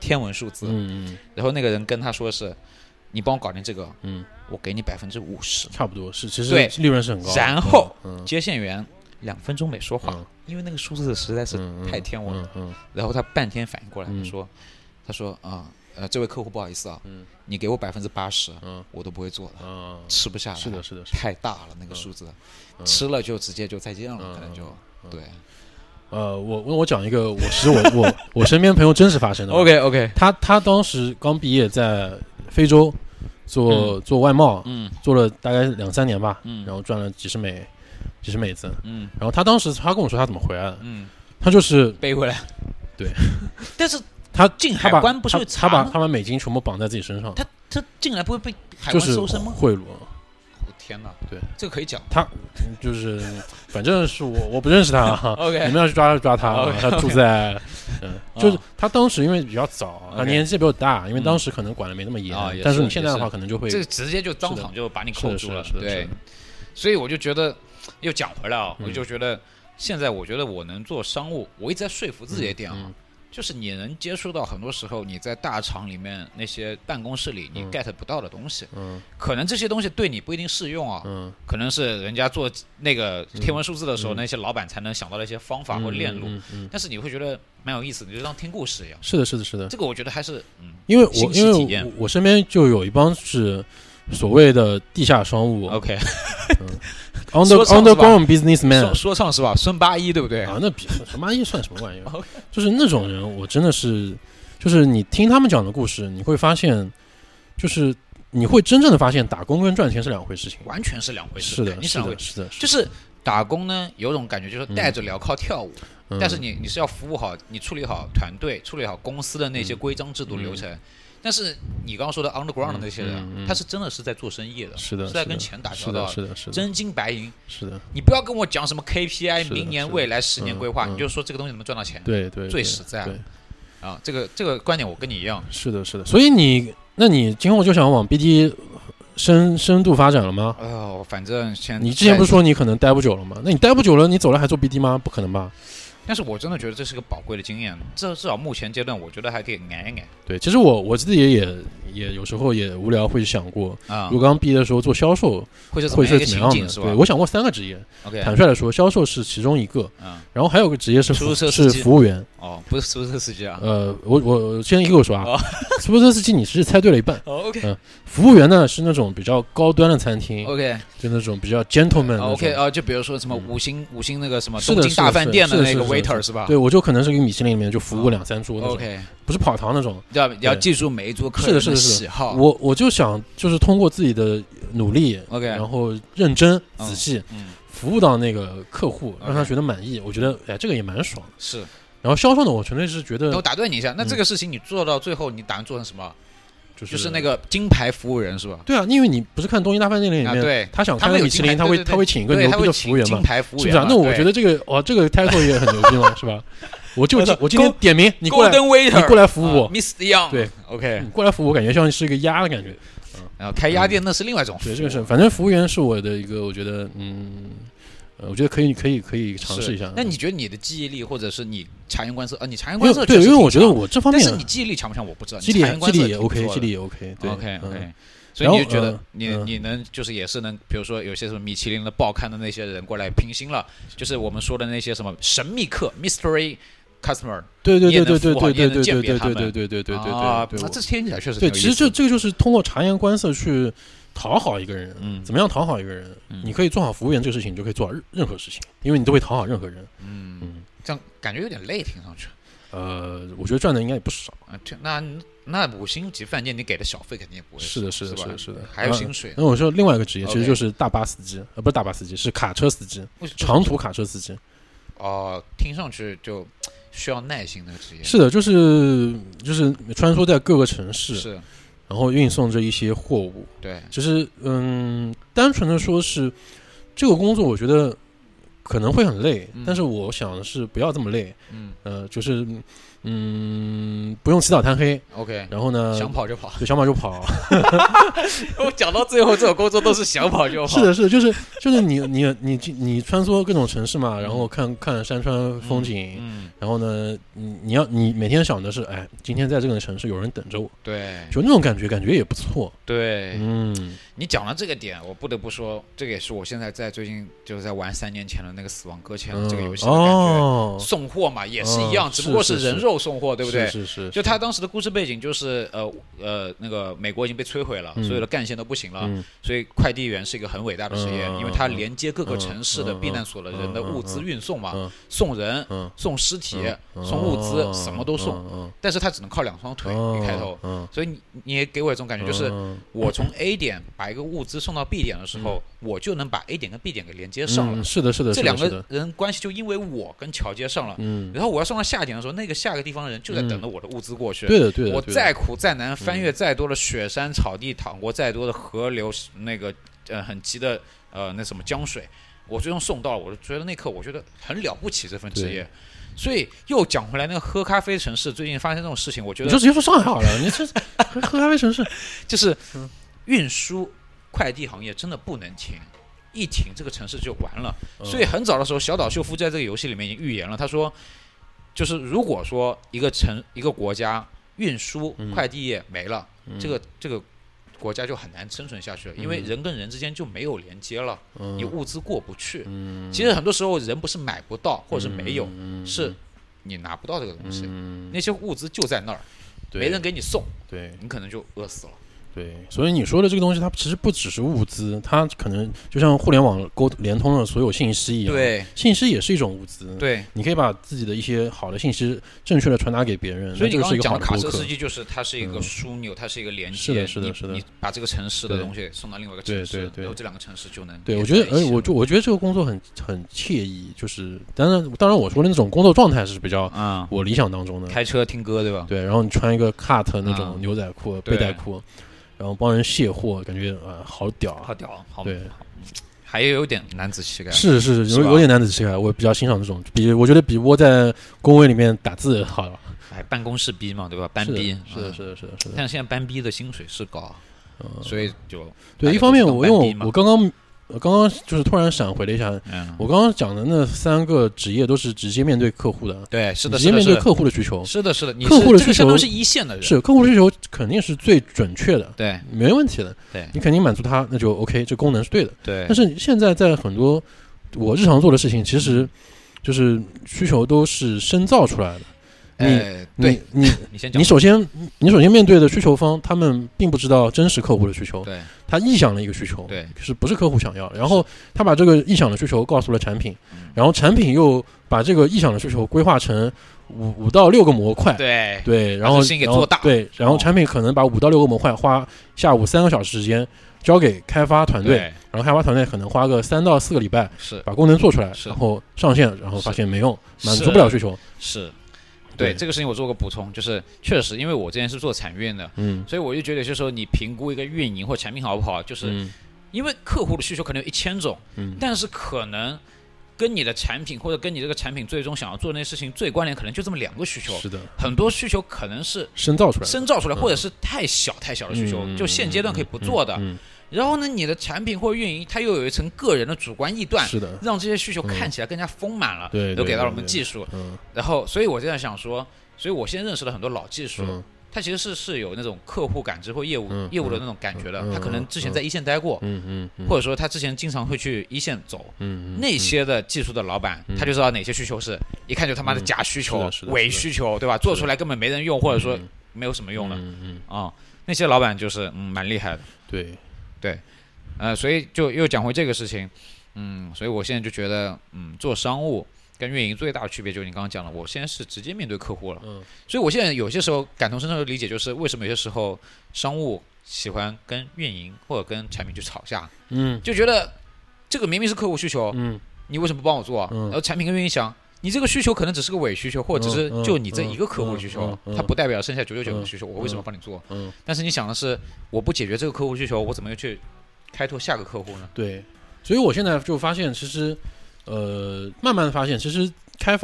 天文数字，然后那个人跟他说是，你帮我搞定这个，我给你50%， 差不多是，其实对利润是很高的。 然后接线员2分钟没说话，因为那个数字实在是太天文了。然后他半天反应过来，他说这位客户不好意思啊，你给我80%，我都不会做的，吃不下来。 是的， 太大了那个数字，吃了就直接就再见了，可能就对。 我讲一个，我身边朋友真实发生的。 OK， 他当时刚毕业，在非洲做外贸，做了大概2-3年吧，然后赚了几十美金，然后他当时他跟我说他怎么回来的，他就是背回来， 对， 但是他进海关不是会查吗？ 他把美金全部绑在自己身上， 他进来不会被海就是关搜身吗？ 贿赂。 天哪， 对， 这个可以讲。 他就是反正是我不认识他哈 ，OK， 你们要去抓就抓他， okay， 他住在就是他当时因为比较早，他年纪比我大，因为当时可能管的没那么严，但是你现在的话可能就会这个直接就当场就把你扣住了，对。 是所以我就觉得又讲回来啊，我就觉得现在我觉得我能做商务，我一直在说服自己一点啊。就是你能接触到很多时候你在大厂里面那些办公室里你 get 不到的东西，可能这些东西对你不一定适用啊，可能是人家做那个天文数字的时候，那些老板才能想到的一些方法或链路，但是你会觉得蛮有意思的，你就当听故事一样。是的，这个我觉得还是因为我身边就有一帮是所谓的地下商务 ，OK， underground businessman， 说唱是吧？孙八一对不对？ 那比孙八一算什么玩意儿？就是那种人，我真的是，就是你听他们讲的故事，你会发现，就是你会真正的发现，打工跟赚钱是两回事情， 完全是两回事。 是的， 就是打工呢，有种感觉就是带着镣铐跳舞，但是你是要服务好，你处理好团队，处理好公司的那些规章制度流程。但是你刚刚说的 underground 的那些人，他是真的是在做生意的， 是在跟钱打交道， 是的， 真金白银。 是的， 你不要跟我讲什么 KPI， 明年、未来10年规划，你就说这个东西能不能赚到钱？ 对， 最实在。啊，这个观点我跟你一样。 是的。所以那你今后就想往 BD 深度发展了吗？ 反正你之前不是说你可能待不久了吗？那你待不久了，你走了还做 BD 吗？不可能吧。 但是我真的觉得这是个宝贵的经验，至少目前阶段，我觉得还可以挨一挨。 对，其实我自己也有时候也无聊会想过，如果刚毕业的时候做销售会是怎么样的？对，我想过3个职业。坦率的说，销售是其中一个，然后还有个职业是服务员。 不是出租车司机啊。 我先一个说啊，出租车司机你是猜对了一半。 OK。 服务员呢是那种比较高端的餐厅。 OK。 就那种比较 gentleman。 OK 就比如说什么五星那个什么东京大饭店的那个 waiter 是吧？ 对，我就可能是个米其林里面就服务2-3桌那种。 OK。 不是跑堂那种。 要记住每一桌客人的喜好。 我就想就是通过自己的努力 ，OK， 然后认真仔细，服务到那个客户，让他觉得满意。我觉得这个也蛮爽的。 是。 然后销售呢，我纯粹是觉得。 我打断你一下，那这个事情你做到最后，你打算做成什么？就是那个金牌服务人是吧？ 对啊，因为你不是看东京大饭店里面， 对， 他想看米其林，他会请一个牛逼的服务员嘛， 金牌服务员， 是不是？那我觉得这个title 也很牛逼嘛，是吧？我今天点名，你过来服务我 ，Mr. Young， 对 ，OK， 你过来服务我，感觉像是一个鸭的感觉。 然后开鸭店那是另外一种服务。 对，这个是，反正服务员是我的一个，我觉得，我觉得可以尝试一下。 那你觉得你的记忆力，或者是你察言观色你察言观色对，因为我觉得我这方面， 但是你记忆力强不强我不知道。 记忆力也 OK， 记忆力也 OK， 对 ，OK。所以你就觉得你能就是也是能，比如说有些什么米其林的报刊的那些人过来评星了，就是我们说的那些什么神秘客 mystery customer， 对， 那这听起来确实对。其实这个就是通过察言观色去讨好一个人，怎么样讨好一个人？你可以做好服务员这个事情，你就可以做好任何事情，因为你都会讨好任何人。 这样感觉有点累，听上去。 我觉得赚的应该也不少啊。那5星级饭店你给的小费肯定也不会是的， 还有薪水。 那我说另外一个职业其实就是大巴司机，不是大巴司机，是卡车司机，长途卡车司机。 听上去就需要耐心的职业。 是的，就是穿梭在各个城市， 是， 然后运送这一些货物。 对， 就是单纯的说是这个工作，我觉得可能会很累，但是我想的是不要这么累。就是不用起早贪黑 OK， 然后呢想跑就跑。 对，想跑就跑。 我讲到最后，这种工作都是想跑就跑。 是的，是的，就是你穿梭各种城市嘛，然后看山川风景，然后呢，你每天想的是，哎，今天在这个城市有人等着我， 对， 就那种感觉也不错。 对，你讲了这个点，我不得不说，这个也是我现在最近就是在玩3年前的那个《死亡搁浅》这个游戏的感觉。送货嘛，也是一样，只不过是人肉送货，对不对？ 是。 就他当时的故事背景就是那个美国已经被摧毁了，所有的干线都不行了，所以快递员是一个很伟大的实验，因为它连接各个城市的避难所的人的物资运送嘛，送人、送尸体、送物资，什么都送。但是他只能靠2双腿一开头，所以你也给我一种感觉，就是我从 A 点把一个物资送到 B 点的时候，我就能把 A 点跟 B 点给连接上了。 是的， 这两个人关系就因为我跟桥接上了。然后我要送到下点的时候，那个下个地方的人就在等着我的物资过去。 对的。 我再苦再难，翻越再多的雪山草地，淌过再多的河流，那个很急的那什么江水，我最终送到了。我就觉得那刻我觉得很了不起这份职业。所以又讲回来，那个喝咖啡城市最近发生这种事情，我觉得你就直接说上海好了。你这喝咖啡城市就是运输快递行业真的不能停。一停，这个城市就完了。所以很早的时候，小岛秀夫在这个游戏里面已经预言了，他说，就是如果说一个国家运输快递业没了，这个国家就很难生存下去了，因为人跟人之间就没有连接了，你物资过不去。其实很多时候人不是买不到或者是没有，是你拿不到这个东西，那些物资就在那儿，没人给你送，你可能就饿死了。 对，所以你说的这个东西，它其实不只是物资，它可能就像互联网连通了所有信息一样， 对， 信息也是一种物资。 对， 你可以把自己的一些好的信息正确的传达给别人。 所以你刚刚讲的卡车司机就是它是一个枢纽，它是一个连接。 是的。 你把这个城市的东西送到另外一个城市，然后这两个城市就能。 对，我觉得，我觉得这个工作很惬意，就是当然我说的那种工作状态是比较我理想当中的， 开车听歌对吧？ 对，然后你穿一个 cut 那种牛仔裤、背带裤。然后帮人卸货，感觉好屌， 好屌，好对， 还有点男子气概， 是有点男子气概，我比较欣赏这种，我觉得比窝在工位里面打字好了。 哎，办公室逼嘛，对吧？班逼， 是的。 但是现在班逼的薪水是高，所以就对。一方面，我刚刚就是突然闪回了一下，我刚刚讲的那3个职业都是直接面对客户的， 对，是的， 直接面对客户的需求， 是的， 客户的需求都是一线的人， 是客户的需求肯定是最准确的， 对， 没问题的， 对， 你肯定满足他，那就 OK， 这功能是对的， 对。 但是现在在很多我日常做的事情，其实就是需求都是深造出来的。你首先面对的需求方，他们并不知道真实客户的需求， 对， 他臆想了一个需求， 对， 是不是客户想要的？然后他把这个臆想的需求告诉了产品，然后产品又把这个臆想的需求规划成5到6个模块，对，然后然后产品可能把5到6个模块花下午3个小时时间交给开发团队，然后开发团队可能花个3到4个礼拜把功能做出来，然后上线，然后发现没用，满足不了需求， 是。对这个事情我做个补充，就是确实因为我之前是做产运的，所以我就觉得就是说你评估一个运营或产品好不好，就是因为客户的需求可能有1000种，但是可能跟你的产品或者跟你这个产品最终想要做的那些事情最关联，可能就这么2个需求， 是的， 很多需求可能是深造出来， 或者是太小的需求，就现阶段可以不做的。然后呢，你的产品或者运营，它又有一层个人的主观臆断， 是的， 让这些需求看起来更加丰满了， 对， 都给到了我们技术。然后，所以我现在想说，所以我现在认识了很多老技术，他其实是有那种客户感知或业务的那种感觉的。他可能之前在一线待过，或者说他之前经常会去一线走，那些的技术的老板，他就知道哪些需求是一看就他妈的假需求、伪需求，对吧？做出来根本没人用，或者说没有什么用的那些老板就是蛮厉害的，对，所以就又讲回这个事情，所以我现在就觉得，做商务跟运营最大的区别就是你刚刚讲了，我现在是直接面对客户了，所以我现在有些时候感同身受的理解就是为什么有些时候商务喜欢跟运营或者跟产品去吵架，就觉得这个明明是客户需求，你为什么不帮我做？然后产品跟运营想，你这个需求可能只是个伪需求，或者只是就你这一个客户需求，它不代表剩下999个需求，我为什么帮你做？但是你想的是，我不解决这个客户需求，我怎么又去开拓下个客户呢？ 对，所以我现在就发现，其实慢慢的发现，其实开发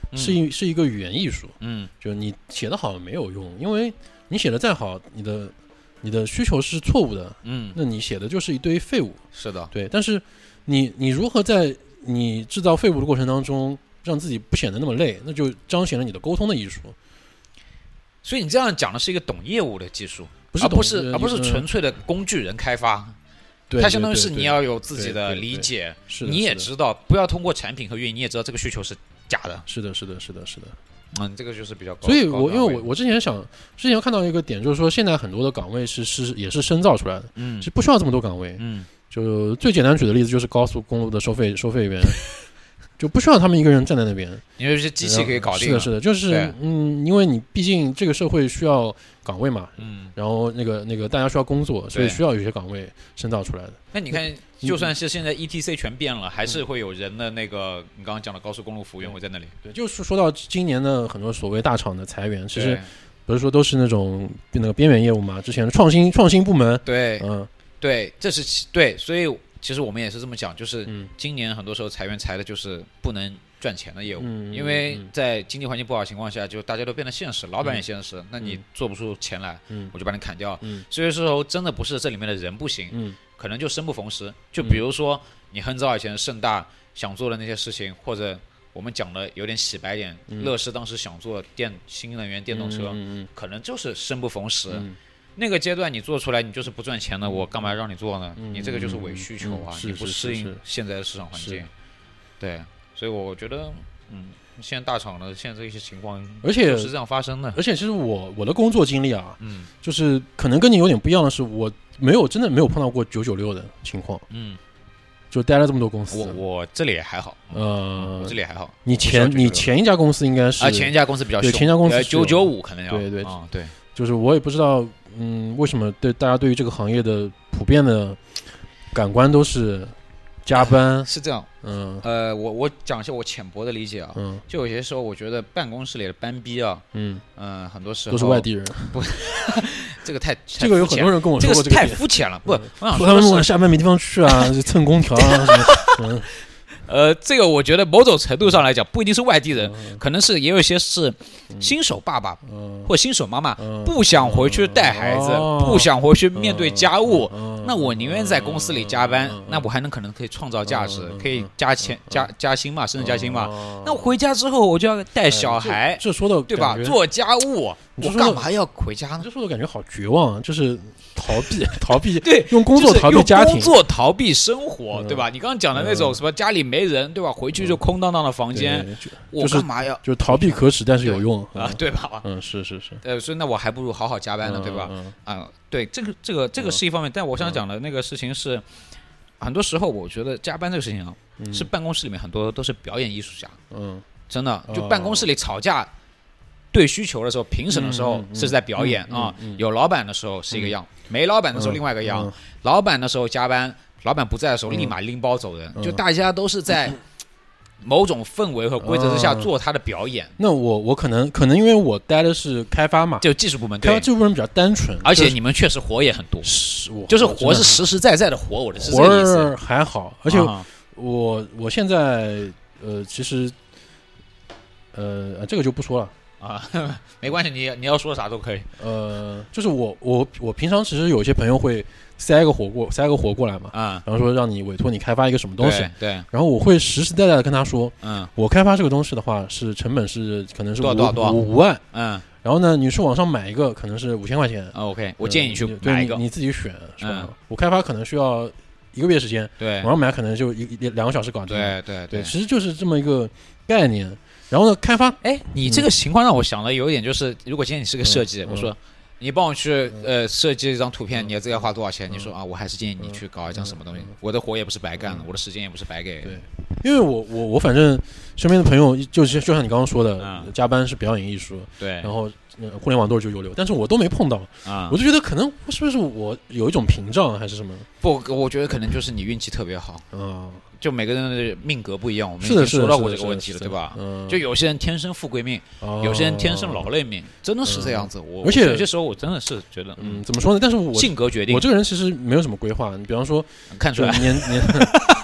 是一个语言艺术。 嗯， 就你写的好没有用，因为你写的再好，你的需求是错误的，那你写的就是一堆废物。 是的， 对。但是你如何在你制造废物的过程当中，让自己不显得那么累，那就彰显了你的沟通的艺术。 所以你这样讲的是一个懂业务的技术， 而不是纯粹的工具人开发。 对， 它相当于是你要有自己的理解，你也知道不要通过产品和运营，你也知道这个需求是假的。 是的。 这个就是比较高。 所以因为我之前看到一个点，就是说现在很多的岗位也是深造出来的，其实不需要这么多岗位。就最简单举的例子就是高速公路的收费员。就不需要他们一个人站在那边， 因为这些机器可以搞定。 是的，就是因为你毕竟这个社会需要岗位嘛，然后那个大家需要工作，所以需要有些岗位深造出来的。 那你看，就算是现在 ETC 全变了，还是会有人的那个你刚刚讲的高速公路服务员会在那里。 对，就是说到今年的很多所谓大厂的裁员，其实不是说都是那种那个边缘业务嘛，之前的创新部门。 对，对，这是对，所以。其实我们也是这么讲，就是今年很多时候裁员裁的就是不能赚钱的业务，因为在经济环境不好的情况下，就大家都变得现实，老板也现实，那你做不出钱来，我就把你砍掉。所以说真的不是这里面的人不行，可能就生不逢时。就比如说你很早以前盛大想做的那些事情，或者我们讲的有点洗白点，乐视当时想做新能源电动车，可能就是生不逢时。那个阶段你做出来，你就是不赚钱的，我干嘛让你做呢？你这个就是伪需求啊，你不适应现在的市场环境。对，所以我觉得，现在大厂的现在这些情况， 而且是这样发生的。 而且其实我的工作经历啊，就是可能跟你有点不一样的是，我真的没有碰到过996的情况。就待了这么多公司， 我这里也还好。我这里还好。 你前一家公司应该是前一家公司比较凶， 前一家公司 995可能要对。就是我也不知道，为什么大家对于这个行业的普遍的感官都是加班。 是这样，我讲一下我浅薄的理解啊，就有些时候我觉得办公室里的班逼啊，很多时候都是外地人， 不，这个这个有很多人跟我说过， 这个太肤浅了，不，我想说他们下班没地方去啊，蹭空调啊什么。 这个我觉得某种程度上来讲，不一定是外地人，可能是也有一些是新手爸爸或新手妈妈，不想回去带孩子，不想回去面对家务，那我宁愿在公司里加班，那我还可能可以创造价值，可以加薪嘛，升职加薪嘛。那我回家之后我就要带小孩， 这说的对吧？做家务，我干嘛要回家呢？ 这说的感觉好绝望啊，就是逃避， 对， 用工作逃避家庭， 用工作逃避生活，对吧？你刚刚讲的那种什么家里没人，对吧？回去就空荡荡的房间，我干嘛要？ 就是逃避可耻，但是有用啊，对吧？ 是。 所以那我还不如好好加班呢，对吧？对，这个是一方面，但我想讲的那个事情是，很多时候我觉得加班这个事情啊，是办公室里面很多都是表演艺术家，真的，就办公室里吵架。对需求的时候，评审的时候是在表演啊，有老板的时候是一个样，没老板的时候另外一个样。老板的时候加班，老板不在的时候立马拎包走人，就大家都是在某种氛围和规则之下做他的表演。 那我可能因为我待的是开发嘛， 就技术部门， 开发技术部门比较单纯， 而且你们确实活也很多，就是活是实实在在的活，我的是这个意思。 活还好，而且我现在其实这个就不说了。 没关系，你要说啥都可以。 就是我平常其实有些朋友会塞个活过来嘛，然后说让你委托你开发一个什么东西， 对， 然后我会实实在在的跟他说，我开发这个东西的话是成本是可能是5万，然后呢你去网上买一个可能是5000块钱 ，OK， 我建议你去买一个， 你自己选是吧？我开发可能需要1个月时间， 对， 网上买可能就2个小时搞定， 对， 其实就是这么一个概念。然后呢，开发， 你这个情况让我想了有一点，就是如果今天你是个设计，我说你帮我去设计一张图片，你这要花多少钱？你说我还是建议你去搞一张什么东西，我的活也不是白干了，我的时间也不是白给。 对，因为我反正身边的朋友就像你刚刚说的，加班是表演艺术， 对， 然后互联网都是996，但是我都没碰到我就觉得可能是不是我有一种屏障还是什么？ 不，我觉得可能就是你运气特别好就每个人的命格不一样，我们已经说到过这个问题了，对吧？就有些人天生富贵命，有些人天生劳累命，真的是这样子。 而且有些时候我真的是觉得， 怎么说呢？但是我性格决定。 我这个人其实没有什么规划。你比方说， 看出来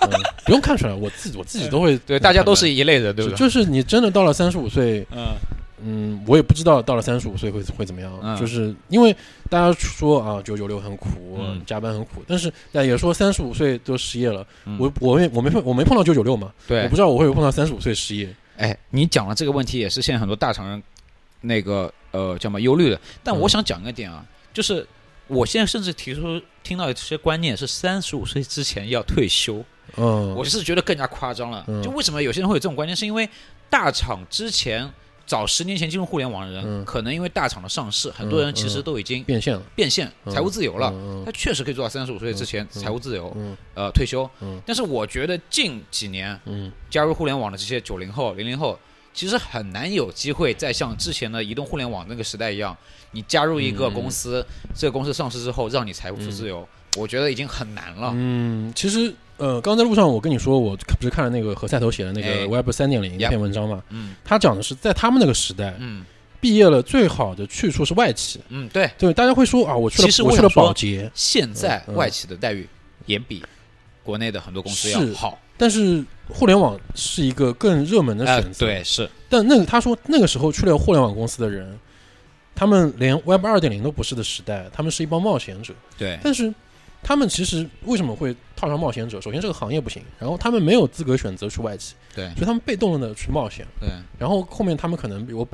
不用看出来，我自己都会。 对，大家都是一类的，对不对？ 就是你真的到了35岁，我也不知道到了35岁会怎么样。就是因为大家说啊，996很苦，加班很苦，但是也说35岁都失业了。我没碰到996嘛， 对， 我不知道我会碰到35岁失业。 哎，你讲了这个问题，也是现在很多大厂人那个叫什么忧虑的。但我想讲一个点啊，就是我现在甚至听到一些观念是35岁之前要退休。我是觉得更加夸张了。就为什么有些人会有这种观念，是因为大厂之前早10年前进入互联网的人，可能因为大厂的上市，很多人其实都已经变现，财务自由了。他确实可以做到35岁之前财务自由，退休。但是我觉得近几年，加入互联网的这些90后、00后，其实很难有机会再像之前的移动互联网那个时代一样，你加入一个公司，这个公司上市之后让你财务自由，我觉得已经很难了。 其实刚在路上我跟你说，我不是看了那个何赛头写的那个 Web 3.0那篇文章嘛，他讲的是在他们那个时代，毕业了最好的去处是外企。 对， 大家会说啊，我去了宝洁。现在外企的待遇也比国内的很多公司要好， 但是互联网是一个更热门的选择。 对，是。 但他说那个时候去了互联网公司的人，他们连 Web 2.0都不是的时代，他们是一帮冒险者。 对， 但是他们其实为什么会套上冒险者？首先这个行业不行，然后他们没有资格选择去外企， 对， 所以他们被动的去冒险。 对， 然后后面他们可能有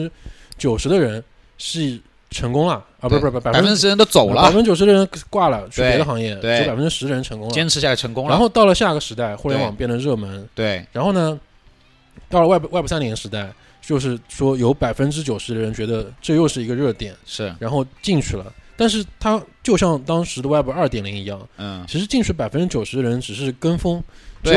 90%的人是成功了啊，不 ，90%人都走了 ，90%的人挂了，去别的行业， 对， 只有10%的人成功了， 坚持下来成功了。 然后到了下个时代，互联网变得热门， 对， 然后呢，到了 Web 3.0时代，就是说有90%的人觉得这又是一个热点， 是， 然后进去了。但是他就像当时的 Web 2.0一样，其实进去90%的人只是跟风，只有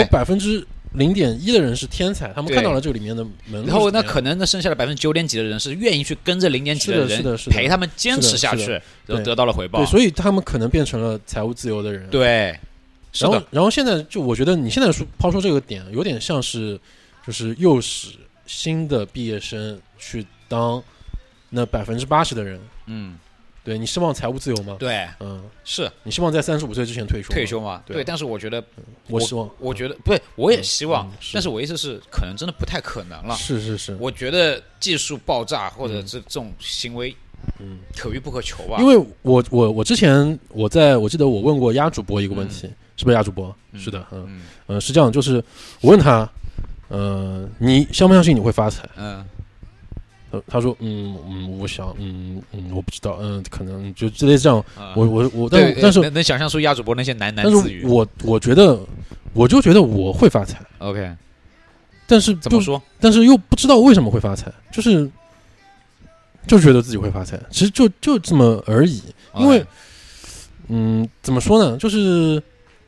0.1%的人是天才，他们看到了这个里面的门路。 然后那可能那剩下的9%几的人是愿意去跟着0.几的人陪他们坚持下去，然后得到了回报。 对，所以他们可能变成了财务自由的人。 对，是的。 然后现在就我觉得你现在抛出这个点，有点像是就是诱使新的毕业生去当那80%的人。对，你希望财务自由吗？ 对，是你希望在35岁之前退休吗？对，但是我觉得， 我希望， 我觉得不对，我也希望，但是我意思是，可能真的不太可能了。 是， 我觉得技术爆炸或者这种行为，可遇不可求吧。 因为我之前我记得我问过鸭主播一个问题，是不是鸭主播？是的，是这样，就是我问他，你相不相信你会发财？他说我想我不知道，可能就之类这样。但是能想象出鸭主播那些喃喃自语。 但是我就觉得我会发财。 OK， 但是怎么说？ 但是又不知道为什么会发财，就觉得自己会发财，其实就这么而已。因为怎么说呢？就是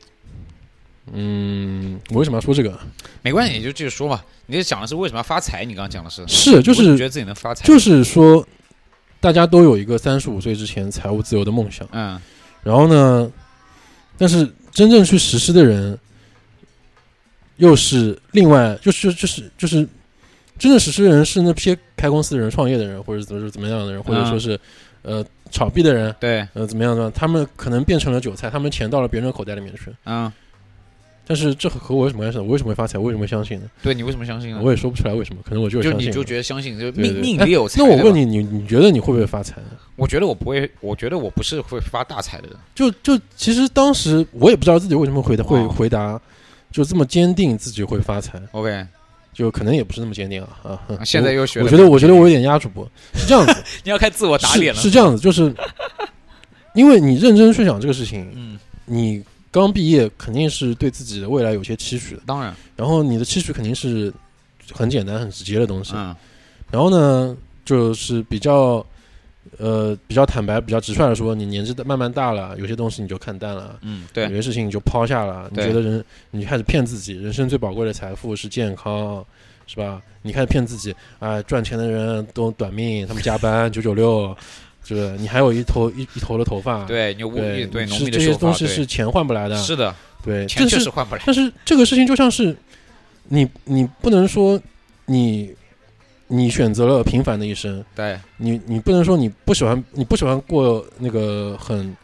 我为什么要说这个？ 没关系，你就继续说嘛。你讲的是为什么要发财？你刚刚讲的是就是觉得自己能发财， 就是说大家都有一个35岁之前财务自由的梦想。然后呢，但是真正去实施的人，又是另外就是真正实施的人是那些开公司的人、创业的人，或者怎么样的人，或者说是炒币的人， 对， 怎么样的，他们可能变成了韭菜，他们钱到了别人的口袋里面去。但是这和我有什么关系呢？我为什么会发财？我为什么会相信呢？ 对，你为什么相信呢？ 我也说不出来为什么，可能我就相信。 你就觉得相信，就命里有财。 那我问你，你觉得你会不会发财呢？ 我觉得我不会，我觉得我不是会发大财的人。 就其实当时我也不知道自己为什么会回答，就这么坚定自己会发财。 OK， 就可能也不是那么坚定啊。 现在又学了， 我觉得我有点鸭主播，是这样子。 你要开自我打脸了。 是这样子，就是因为你认真去想这个事情，你刚毕业肯定是对自己的未来有些期许的， 当然。然后你的期许肯定是很简单、很直接的东西。然后呢，就是比较坦白、比较直率的说，你年纪慢慢大了，有些东西你就看淡了， 对， 有些事情你就抛下了。你觉得你开始骗自己，人生最宝贵的财富是健康，是吧？你开始骗自己，赚钱的人都短命，他们加班996。是，你还有一头的头发， 对，对，浓密的这些东西是钱换不来的， 是的， 对， 钱确实换不来。 但是这个事情就像是你不能说你选择了平凡的一生， 对， 你不能说你不喜欢过那个很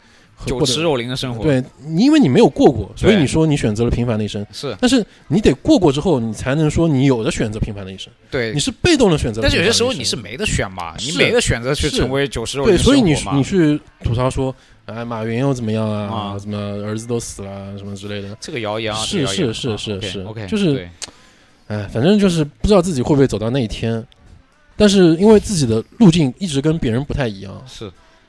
酒池肉林的生活。 对，因为你没有过过，所以你说你选择了平凡的一生。 是， 但是你得过过之后，你才能说你有的选择平凡的一生。 对， 你是被动的选择。 但是有些时候你是没得选嘛，你没得选择去成为酒池肉林的生活嘛。对，所以你去吐槽说，哎，马云又怎么样啊？怎么儿子都死了什么之类的？ 这个谣言啊， 是， OK， 就是哎，反正就是不知道自己会不会走到那一天。但是因为自己的路径一直跟别人不太一样， 是，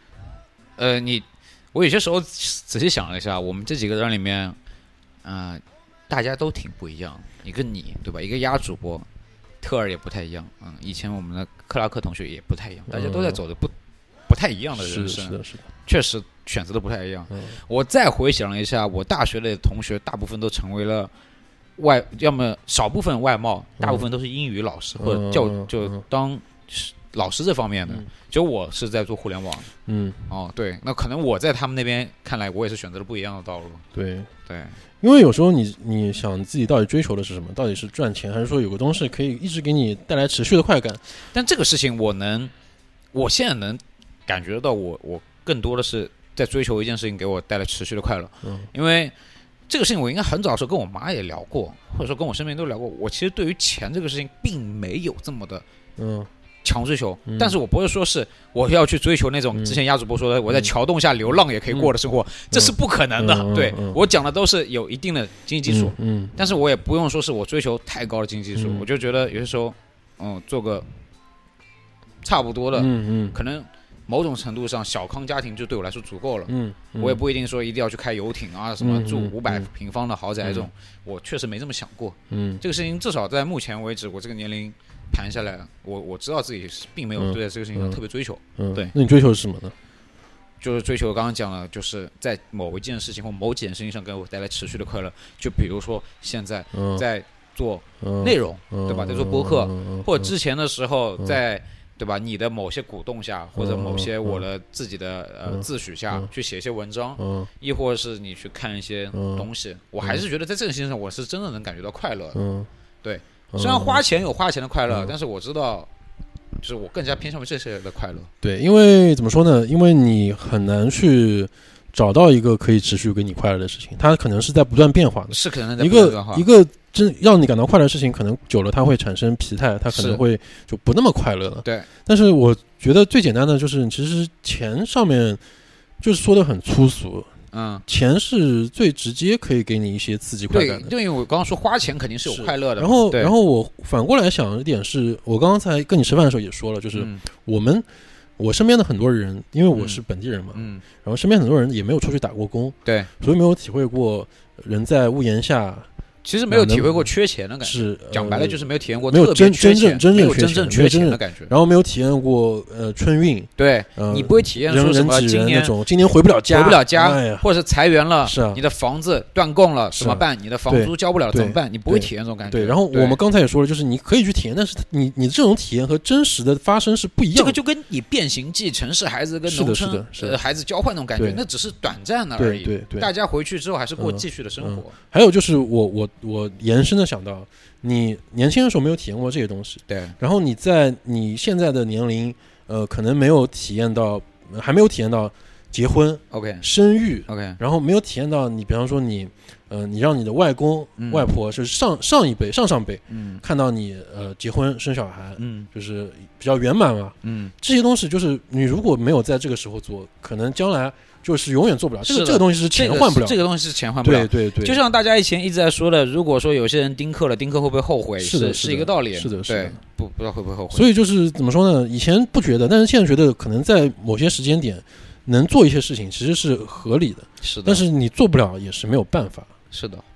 我有些时候仔细想了一下，我们这几个人里面，大家都挺不一样。一个你对吧？一个鸭主播，特尔也不太一样，以前我们的克拉克同学也不太一样，大家都在走的不太一样的人生， 是的， 确实选择的不太一样。我再回想了一下，我大学的同学大部分都成为了。要么少部分外贸，大部分都是英语老师或者就当老师这方面的。就我是在做互联网。对，那可能我在他们那边看来，我也是选择了不一样的道路。对， 因为有时候你想自己到底追求的是什么？到底是赚钱，还是说有个东西可以一直给你带来持续的快感？ 但这个事情我现在能感觉到我更多的是在追求一件事情给我带来持续的快乐。因为这个事情我应该很早的时候跟我妈也聊过，或者说跟我身边都聊过。我其实对于钱这个事情并没有这么的强追求，但是我不会说是我要去追求那种之前鸭主播说的我在桥洞下流浪也可以过的生活，这是不可能的。对，我讲的都是有一定的经济基础，但是我也不用说是我追求太高的经济基础，我就觉得有些时候做个差不多的，可能某种程度上小康家庭就对我来说足够了。我也不一定说一定要去开游艇啊，什么住500平方的豪宅这种，我确实没这么想过。这个事情至少在目前为止，我这个年龄盘下来，我知道自己并没有对这个事情上特别追求。对， 那你追求是什么呢？ 就是追求刚刚讲了，就是在某一件事情或某几件事情上给我带来持续的快乐。就比如说现在在做内容，对吧？在做播客，或者之前的时候在。对吧？你的某些鼓动下，或者某些我的自己的自诩下去写一些文章，亦或者是你去看一些东西，我还是觉得在这个事情上我是真的能感觉到快乐的。对，虽然花钱有花钱的快乐，但是我知道，就是我更加偏向于这些的快乐。 对，因为怎么说呢？因为你很难去找到一个可以持续给你快乐的事情，它可能是在不断变化的， 是可能在不断变化。 一个真让你感到快乐的事情，可能久了它会产生疲态，它可能会就不那么快乐了。 对， 但是我觉得最简单的就是，其实钱上面就是说的很粗俗，钱是最直接可以给你一些刺激快感的。 对，因为我刚刚说花钱肯定是有快乐的。 然后我反过来想一点是，我刚刚才跟你吃饭的时候也说了，就是我身边的很多人，因为我是本地人嘛，然后身边很多人也没有出去打过工， 对， 所以没有体会过人在屋檐下。 其实没有体会过缺钱的感觉， 是讲白了就是没有体验过没有真正缺钱的感觉， 然后没有体验过春运， 对，你不会体验出什么今年回不了家， 或者是裁员了， 是你的房子断供了怎么办？你的房租交不了怎么办？你不会体验这种感觉。 对，然后我们刚才也说了，就是你可以去体验，但是你这种体验和真实的发生是不一样的。 这个就跟你变形记城市孩子跟农村孩子交换那种感觉，那只是短暂的而已。 对， 大家回去之后还是过继续的生活。 还有就是我延伸的想到，你年轻的时候没有体验过这些东西， 对， 然后你在你现在的年龄，可能没有体验到，还没有体验到结婚 ，OK， 生育 ，OK， 然后没有体验到你，比方说你让你的外公、外婆，就是上一辈、上辈，看到你结婚生小孩，就是比较圆满嘛，这些东西就是你如果没有在这个时候做，可能将来就是永远做不了。这个东西是钱换不了， 这个东西是钱换不了。 对， 就像大家以前一直在说的，如果说有些人丁克了，丁克会不会后悔？是一个道理。 是的， 对，不知道会不会后悔。 所以就是怎么说呢？以前不觉得，但是现在觉得，可能在某些时间点能做一些事情，其实是合理的。 是的， 但是你做不了也是没有办法。 是的，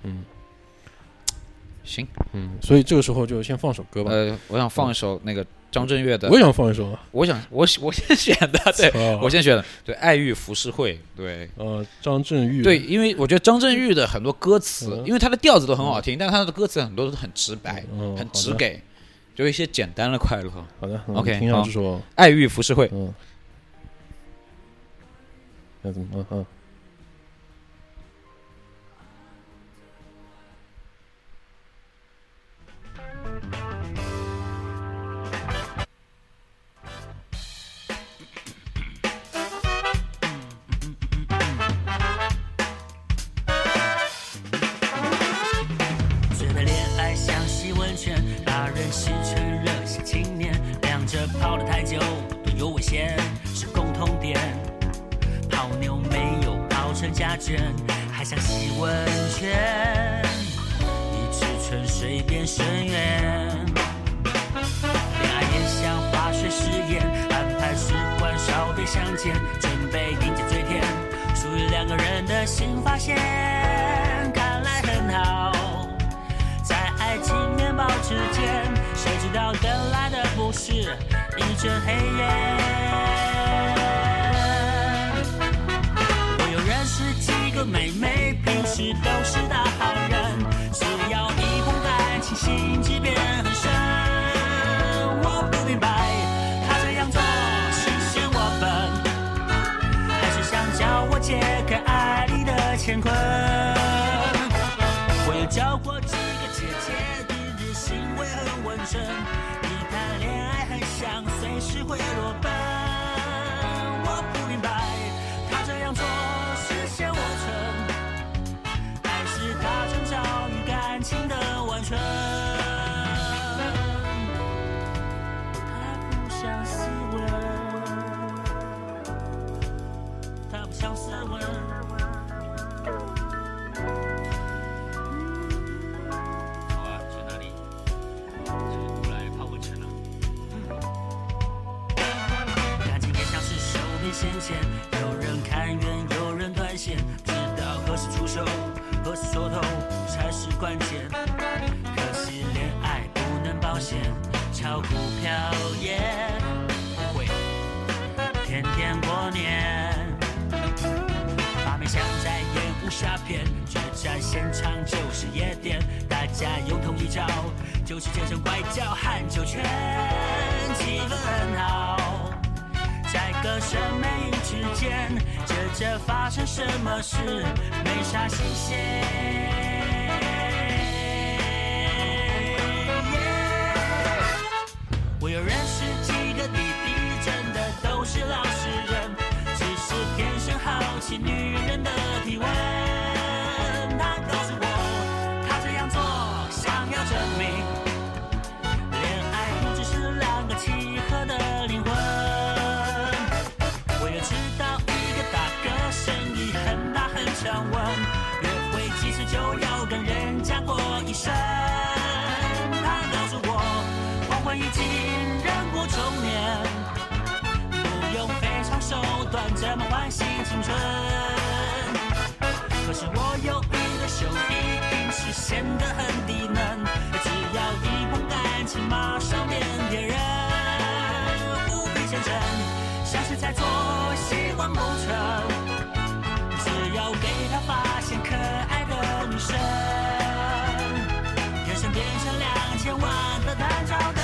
行， 所以这个时候就先放首歌吧。 我想放一首那个张震岳的， 我也想放一首啊。 我先选的，对，我先选的，对，爱欲浮世绘，对， 张震岳， 对，因为我觉得张震岳的很多歌词，因为他的调子都很好听，但他的歌词很多都很直白，很直给，就一些简单的快乐。 好的 ，OK， 听下这首爱欲浮世绘， 那怎么通电，泡妞没有泡成家珍，还想洗温泉，以至纯水变深渊。恋爱也像化学实验，安排时关少别相见，准备迎接最甜，属于两个人的新发现，看来很好。在爱情面包之间，谁知道等来的不是一阵黑夜。我有认识几个妹妹，平时都是大好人，只要一碰感情，心机变很深。我不明白，她这样做是嫌我笨，还是想叫我解开爱里的乾坤？我有教过几个姐姐，日日行为很稳重，一谈恋爱很像随时会落奔。我不明白，她这样做是嫌我蠢，还是她正着于感情的完全？她不像斯文，她不像斯文。线线，有人看远，有人短线，知道何时出手，何时说头才是关键。可惜恋爱不能保险，炒股票也不会天天过年。把妹像在演武侠片，决战现场就是夜店，大家用同一招，就是健身拐角和酒圈，气氛很好。在歌声美影之间，这发生什么事没啥新鲜。我有认识几个弟弟，真的都是老实人，只是天生好奇女人的体温。他告诉我，他这样做想要证明，恋爱不只是两个契合的灵魂。知道一个大哥生意很大很沉稳，约会几次就要跟人家过一生。他告诉我，黄昏已经人过中年，不用非常手段这么唤醒青春。可是我有一个兄弟，平时显得很低能，只要一碰感情马上变别人，无比虔诚，像是在做希望工程，只要给他发现可爱的女生，人生变成2000万的探照灯。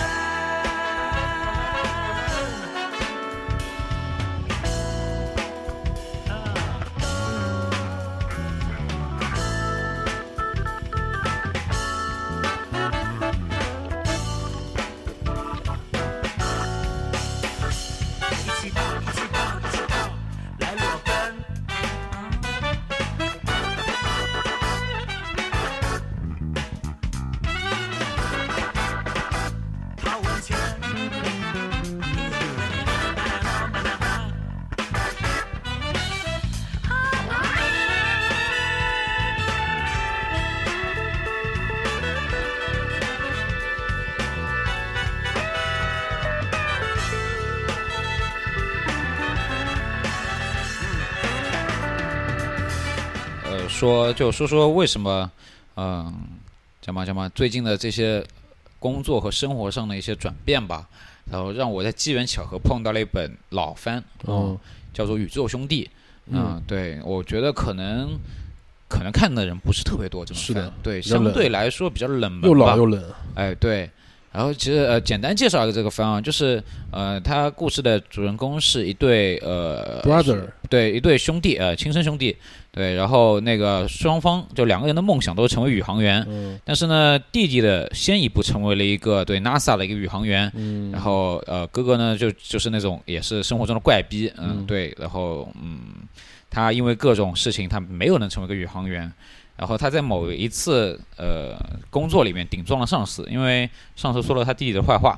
说为什么，讲嘛，最近的这些工作和生活上的一些转变吧，然后让我在机缘巧合碰到了一本老番，叫做《宇宙兄弟》。对，我觉得可能看的人不是特别多，这种番，是的，对，相对来说比较冷门吧， 又老又冷。 哎，对。然后其实简单介绍一个这个番啊，就是他故事的主人公是一对 brother， 对，一对兄弟亲生兄弟，对，然后那个双方就两个人的梦想都是成为宇航员，但是呢弟弟的先一步成为了一个对 NASA 的一个宇航员，然后哥哥呢就是那种也是生活中的怪逼，对，然后他因为各种事情他没有能成为一个宇航员。然后他在某一次工作里面顶撞了上司，因为上司说了他弟弟的坏话，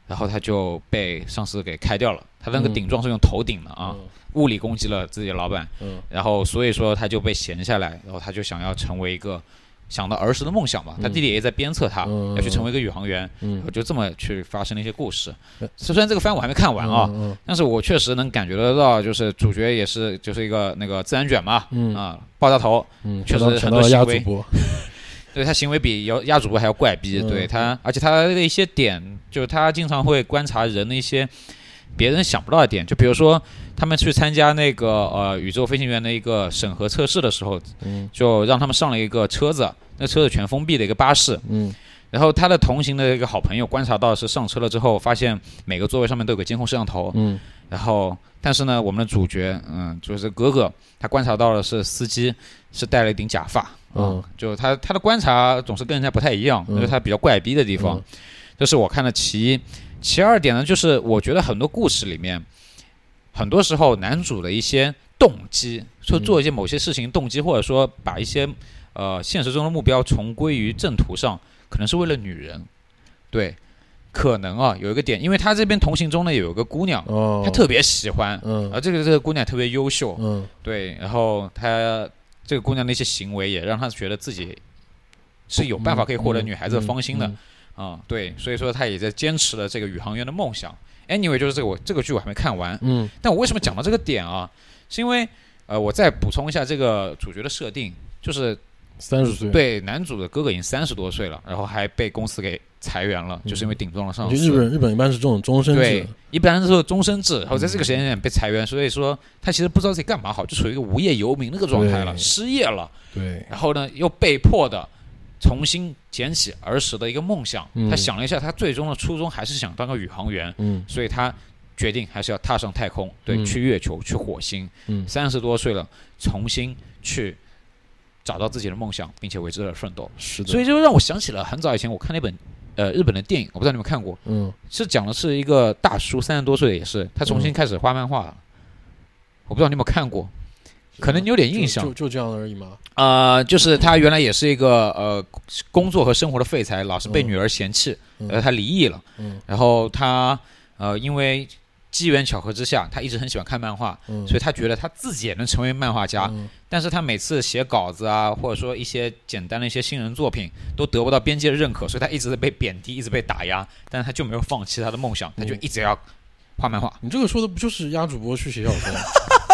然后他就被上司给开掉了。他那个顶撞是用头顶的啊，物理攻击了自己的老板。然后所以说他就被闲下来，然后他就想要成为一个。想到儿时的梦想吧，他弟弟也在鞭策他要去成为一个宇航员，就这么去发生了一些故事。虽然这个番我还没看完啊，但是我确实能感觉得到，就是主角也是就是一个那个自然卷嘛，爆炸头，确实很多行为，对他行为比鸭主播还要怪逼，对他，而且他的一些点，就是他经常会观察人的一些别人想不到的点，就比如说他们去参加那个宇宙飞行员的一个审核测试的时候，就让他们上了一个车子，那车子全封闭的一个巴士，然后他的同行的一个好朋友观察到是上车了之后，发现每个座位上面都有个监控摄像头，然后但是呢，我们的主角，就是哥哥，他观察到的是司机是戴了一顶假发，就他的观察总是跟人家不太一样，因为他比较怪逼的地方，这是我看的其一。其二点呢，就是我觉得很多故事里面，很多时候男主的一些动机，说做一些某些事情动机，或者说把一些现实中的目标重归于正途上，可能是为了女人。对，可能有一个点，因为他这边同行中呢有一个姑娘，他特别喜欢，而这个姑娘特别优秀，对，然后他这个姑娘的一些行为也让他觉得自己是有办法可以获得女孩子的芳心的。对，所以说他也在坚持了这个宇航员的梦想。Anyway， 就是这个剧我还没看完，但我为什么讲到这个点啊？是因为我再补充一下这个主角的设定，就是 30岁， 对，男主的哥哥已经30多岁了，然后还被公司给裁员了，就是因为顶撞了上司。 日本一般是这种终身制， 对，一般是终身制，然后在这个时间点被裁员，所以说他其实不知道自己干嘛好，就处于一个无业游民那个状态了，失业了， 对， 然后呢又被迫的。重新捡起儿时的一个梦想，他想了一下，他最终的初衷还是想当个宇航员，所以他决定还是要踏上太空，对，去月球，去火星。30多岁了，重新去找到自己的梦想，并且为之而奋斗。 是的， 所以就让我想起了很早以前我看那本日本的电影，我不知道你们看过，是讲的是一个大叔30多岁的，也是他重新开始画漫画了，我不知道你有没有看过。可能你有点印象， 就这样而已吗？ 就是他原来也是一个工作和生活的废材，老是被女儿嫌弃，他离异了，然后他因为机缘巧合之下，他一直很喜欢看漫画，所以他觉得他自己也能成为漫画家，但是他每次写稿子啊，或者说一些简单的一些新人作品都得不到编辑的认可，所以他一直被贬低，一直被打压，但是他就没有放弃他的梦想，他就一直要画漫画。 你这个说的不就是鸭主播去写小说吗？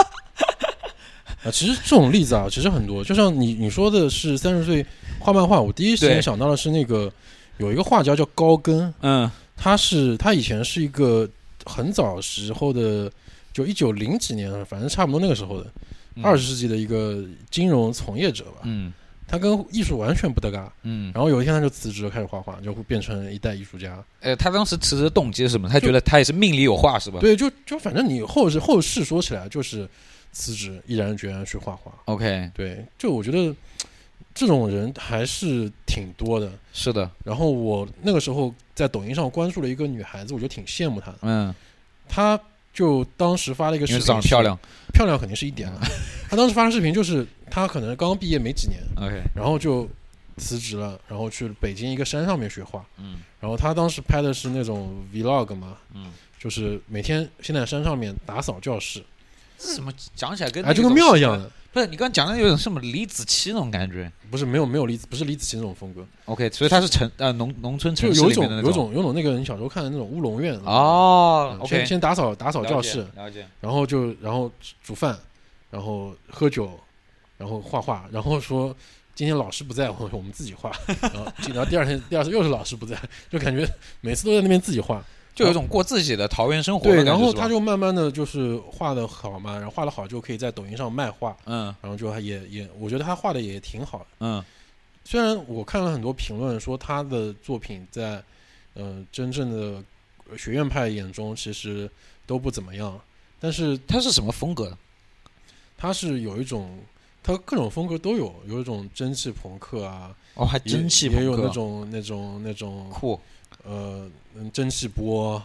其实这种例子其实很多，就像你说的是30岁画漫画，我第一时间想到的是那个有一个画家叫高更，他以前是一个很早时候的，就1900几年，反正差不多那个时候的20世纪的一个金融从业者吧，他跟艺术完全不搭嘎，然后有一天他就辞职了，开始画画，就会变成一代艺术家。 他当时辞职的动机是什么？他觉得他也是命里有画是吧？ 对，就反正你后世说起来就是辞职，毅然决然去画画。 OK， 对，就我觉得这种人还是挺多的。 是的。 然后我那个时候在抖音上关注了一个女孩子，我就挺羡慕她的。她就当时发了一个视频， 因为长得漂亮， 漂亮肯定是一点了。她当时发的视频就是她可能刚毕业没几年 ，OK， 然后就辞职了，然后去北京一个山上面学画。然后她当时拍的是那种 vlog 嘛，就是每天先在山上面打扫教室。 怎么讲起来跟就跟庙一样的？ 不是，你刚讲的有种什么李子柒那种感觉？ 不是，没有不是李子柒那种风格。 OK， 所以它是农村城市里面的有种那个你小时候看的那种乌龙院 OK， 先打扫教室， 了解， 然后煮饭，然后喝酒，然后画画，然后说今天老师不在，我们自己画，然后第二次又是老师不在，就感觉每次都在那边自己画。 就有一种过自己的桃源生活的感觉。对，然后他就慢慢的就是画的好嘛，然后画的好就可以在抖音上卖画，然后就也我觉得他画的也挺好的，虽然我看了很多评论说他的作品在真正的学院派眼中其实都不怎么样，但是他是什么风格的？ 他是有一种，他各种风格都有一种蒸汽朋克啊， 还蒸汽朋克， 也有那种酷。 蒸汽波，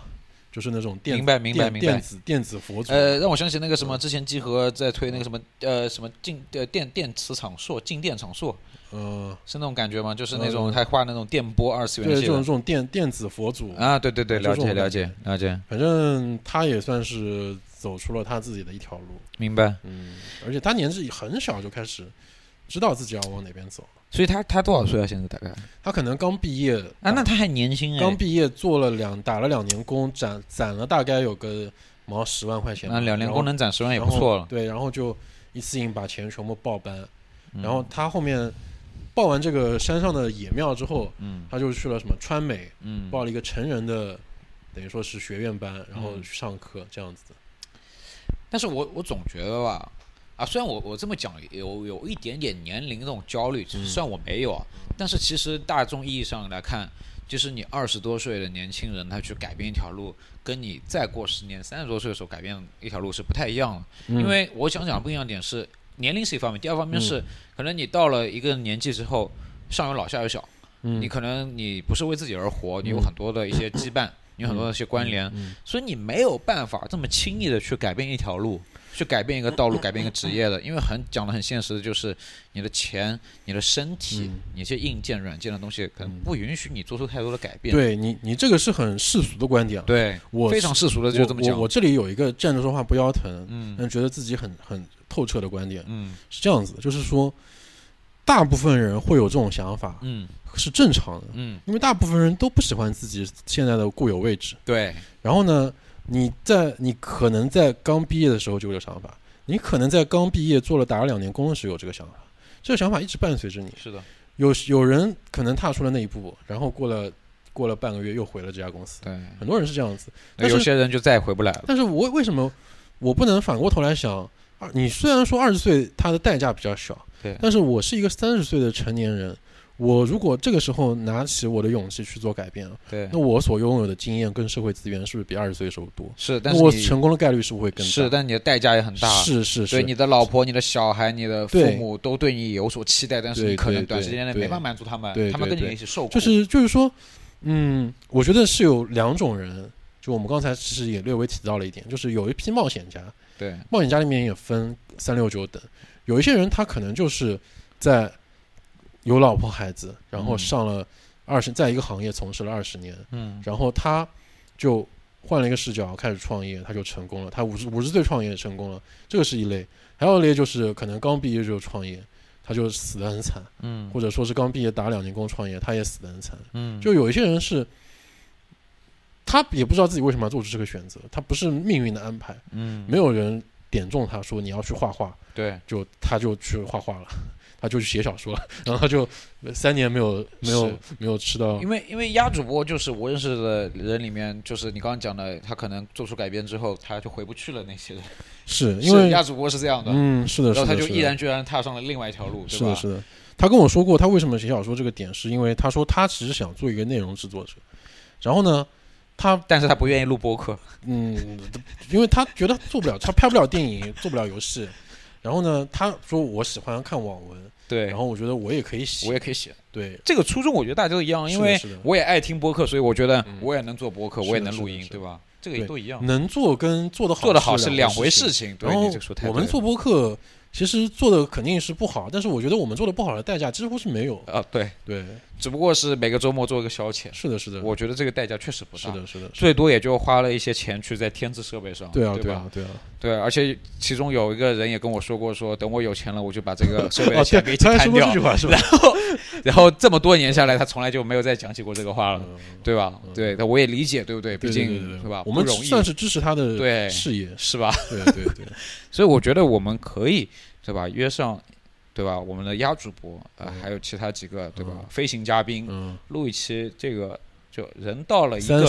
就是那种明白电子佛祖。 让我想起那个什么，之前集合在推那个什么什么电磁场烁、静电场烁，是那种感觉吗？就是那种还画那种电波二次元系的， 对，这种电子佛祖啊，对，了解。 反正他也算是走出了他自己的一条路， 明白。 而且他年纪很小就开始知道自己要往哪边走。 所以他多少岁啊？现在大概？ 他可能刚毕业啊，那他还年轻哎。 刚毕业打了2年工，攒了大概有个毛10万块钱。 那2年工能攒10万也不错了。 对，然后就一次性把钱全部报班。然后他后面报完这个山上的野庙之后，他就去了什么川美，报了一个成人的，等于说是学院班，然后去上课这样子的。 但是我总觉得吧。虽然我这么讲有一点点年龄这种焦虑，虽然我没有但是其实大众意义上来看，就是你20多岁的年轻人他去改变一条路，跟你再过10年30多岁的时候改变一条路是不太一样的。因为我想讲的不一样点是年龄是一方面，第二方面是可能你到了一个年纪之后，上有老下有小，你可能你不是为自己而活，你有很多的一些羁绊，你有很多的一些关联，所以你没有办法这么轻易的去改变一条路，去改变一个道路，改变一个职业的。因为讲的很现实的就是你的钱、你的身体、你一些硬件软件的东西可能不允许你做出太多的改变。 对，你这个是很世俗的观点。 对，我非常世俗的就这么讲。 我这里有一个站着说话不腰疼，但觉得自己很透彻的观点，是这样子的，就是说大部分人会有这种想法，是正常的，因为大部分人都不喜欢自己现在的固有位置。 对， 然后呢，你可能在刚毕业的时候就有想法，你可能在刚毕业打了2年工的时候有这个想法，这个想法一直伴随着你。 是的， 有人可能踏出了那一步，然后过了半个月又回了这家公司。 对， 很多人是这样子，但是有些人就再也回不来了。 但是为什么我不能反过头来想？你虽然说20岁它的代价比较小， 对， 但是我是一个30岁的成年人，我如果这个时候拿起我的勇气去做改变， 对， 那我所拥有的经验跟社会资源是不是比20岁的时候多？ 是，但是我成功的概率是不是会更大？ 是，但你的代价也很大。是，对，你的老婆、你的小孩、你的父母都对你有所期待，但是你可能短时间内没办法满足他们，他们跟你一起受苦。 就是说，我觉得是有2种人，就我们刚才其实也略微提到了一点，就是有一批冒险家。 对， 冒险家里面也分3、6、9等，有一些人他可能就是在有老婆孩子，然后上了在一个行业从事了20年，然后他就换了一个视角开始创业，他就成功了。他50岁创业成功了，这个是一类。还有一类就是可能刚毕业就创业，他就死得很惨，或者说是刚毕业打2年工创业，他也死得很惨。就有一些人是。他也不知道自己为什么要做出这个选择，他不是命运的安排，没有人点中他说你要去画画， 对， 他就去画画了，他就去写小说了，然后他就3年没有吃到。 因为鸭主播就是我认识的人里面，就是你刚刚讲的，他可能做出改变之后，他就回不去了那些人。 是因为鸭主播是这样的， 是的， 然后他就毅然决然踏上了另外一条路，对吧？ 是的。他跟我说过，他为什么写小说这个点，是因为他说他其实想做一个内容制作者，然后呢。 但是他不愿意录播客， 因为他觉得做不了，他拍不了电影，做不了游戏。然后呢，他说我喜欢看网文， 对， 然后我觉得我也可以写，对， 这个初衷我觉得大家都一样，因为我也爱听播客，所以我觉得我也能做播客，我也能录音，对吧？这个都一样， 能做跟做得好是两回事情。 然后我们做播客。其实做的肯定是不好，但是我觉得我们做的不好的代价几乎是没有啊。对，只不过是每个周末做一个消遣。 是的， 我觉得这个代价确实不大。 是的， 最多也就花了一些钱去在添置设备上。 对吧？ 对， 而且其中有一个人也跟我说过，说等我有钱了，我就把这个设备的钱给一起摊掉。 这句话是吧？ 然后这么多年下来，他从来就没有再讲起过这个话了，对吧？对，我也理解，对不对？毕竟，对吧？ 我们算是支持他的事业， 是吧？ 对。 所以我觉得我们可以。对吧？约上，对吧？我们的鸭主播还有其他几个，对吧？飞行嘉宾，录一期这个，就人到了一个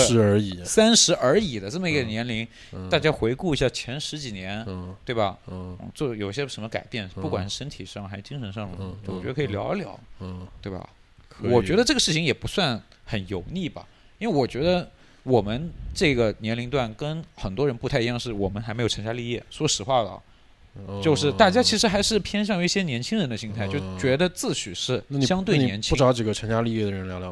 30而已的这么一个年龄，大家回顾一下前10几年，对吧？做有些什么改变，不管是身体上还是精神上，我觉得可以聊一聊，对吧？我觉得这个事情也不算很油腻吧，因为我觉得我们这个年龄段跟很多人不太一样，是我们还没有成家立业。说实话了。就是大家其实还是偏向于一些年轻人的心态，就觉得自诩是相对年轻。 不找几个成家立业的人聊聊吗？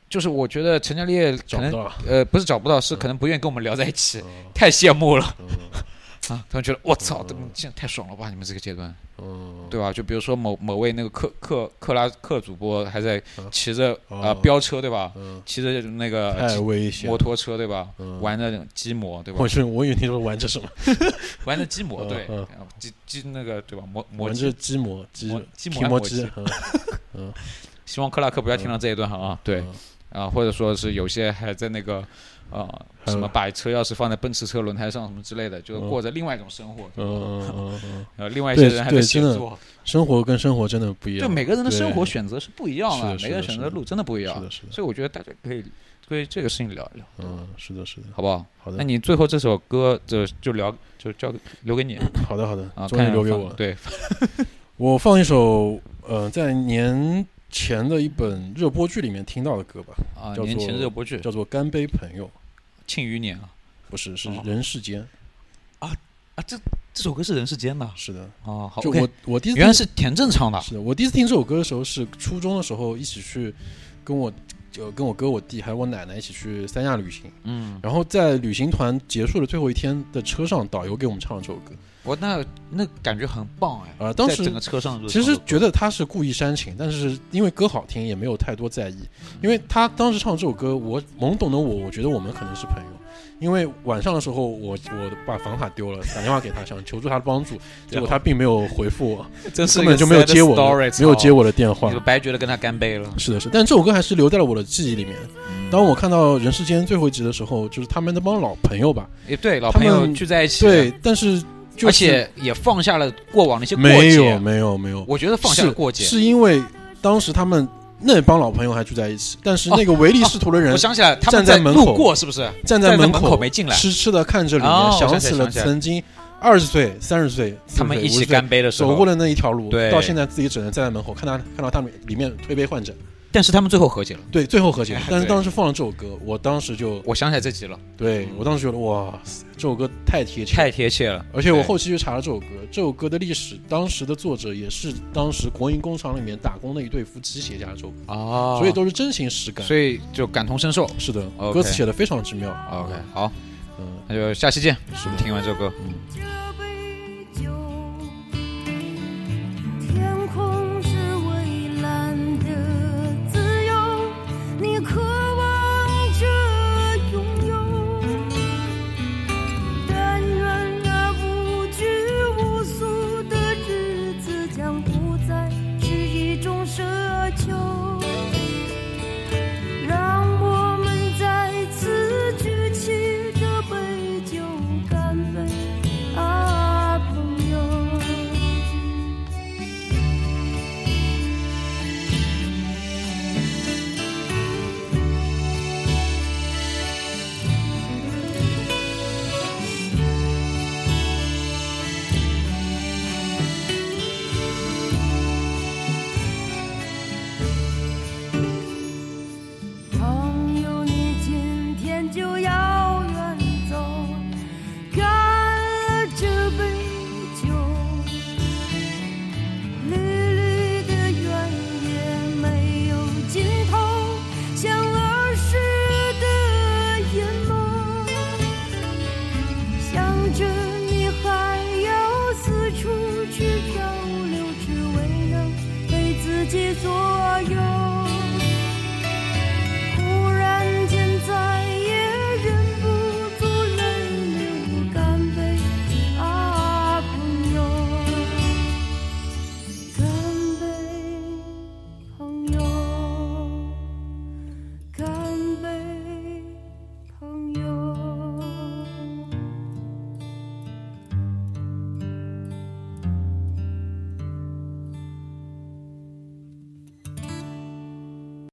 就是我觉得成家立业可能找不到不是找不到，是可能不愿意跟我们聊在一起，太羡慕了。啊，他们觉得我操，这样太爽了吧？你们这个阶段，对吧？就比如说某位那个克主播还在骑着飙车，对吧？骑着那个太危险摩托车，对吧？玩的机模，对吧？ 我以为你说玩着什么？ 玩的机模，对，机那个对吧？ 玩着机模机模机。 希望克拉克不要听到这一段啊，对啊，或者说是有些还在那个。什么把车钥匙放在奔驰车轮胎上什么之类的，就过着另外一种生活。另外一些人还在写作。 生活跟生活真的不一样。 就每个人的生活选择是不一样的，每个人选择的路真的不一样。所以我觉得大家可以对这个事情聊一聊。 是的， 好不好？ 好的。 那你最后这首歌就留给你。 好的啊， 终于留给我。 对， 我放一首在年前的一本热播剧里面听到的歌吧。 年前热播剧叫做《干杯朋友》。 庆余年啊？ 不是，是人世间。 这首歌是人世间的。 是的。 好。 就我第一次原来是田震唱的。 是的，我第一次听这首歌的时候是初中的时候，一起去跟我哥、我弟还有我奶奶一起去三亚旅行。然后在旅行团结束的最后一天的车上，导游给我们唱了这首歌。 那感觉很棒哎！ 当时在整个车上其实觉得他是故意煽情，但是因为歌好听，也没有太多在意。因为他当时唱这首歌，我懵懂的我觉得我们可能是朋友。因为晚上的时候，我把房卡丢了，打电话给他，想求助他的帮助，结果他并没有回复我，根本就没有接我的电话， 就白觉得跟他干杯了。 是的，但这首歌还是留在了我的记忆里面。当我看到《人世间》最后一集的时候，就是他们那帮老朋友吧， 对，老朋友聚在一起， 对，但是。 而且也放下了过往的一些过节。 没有， 我觉得放下了过节是因为当时他们那帮老朋友还聚在一起，但是那个唯利是图的人， 我想起来，他们站在门口路过，是不是站在门口没进来， 痴的看着里面，想起了曾经20岁、30岁， 他们一起干杯的时候走过的那一条路， 对， 到现在自己只能站在门口看到他们里面推杯换盏。 但是他们最后和解了， 对，最后和解了。但是当时放了这首歌，我当时我想起来这集了。 对，我当时觉得哇塞，这首歌太贴切了。而且我后期去查了这首歌的历史，当时的作者也是当时国营工厂里面打工的一对夫妻写下这首歌所以都是真情实感， 所以就感同身受。 是的，歌词写的非常之妙。 OK， 好，那就下期见。是不是听完这首歌？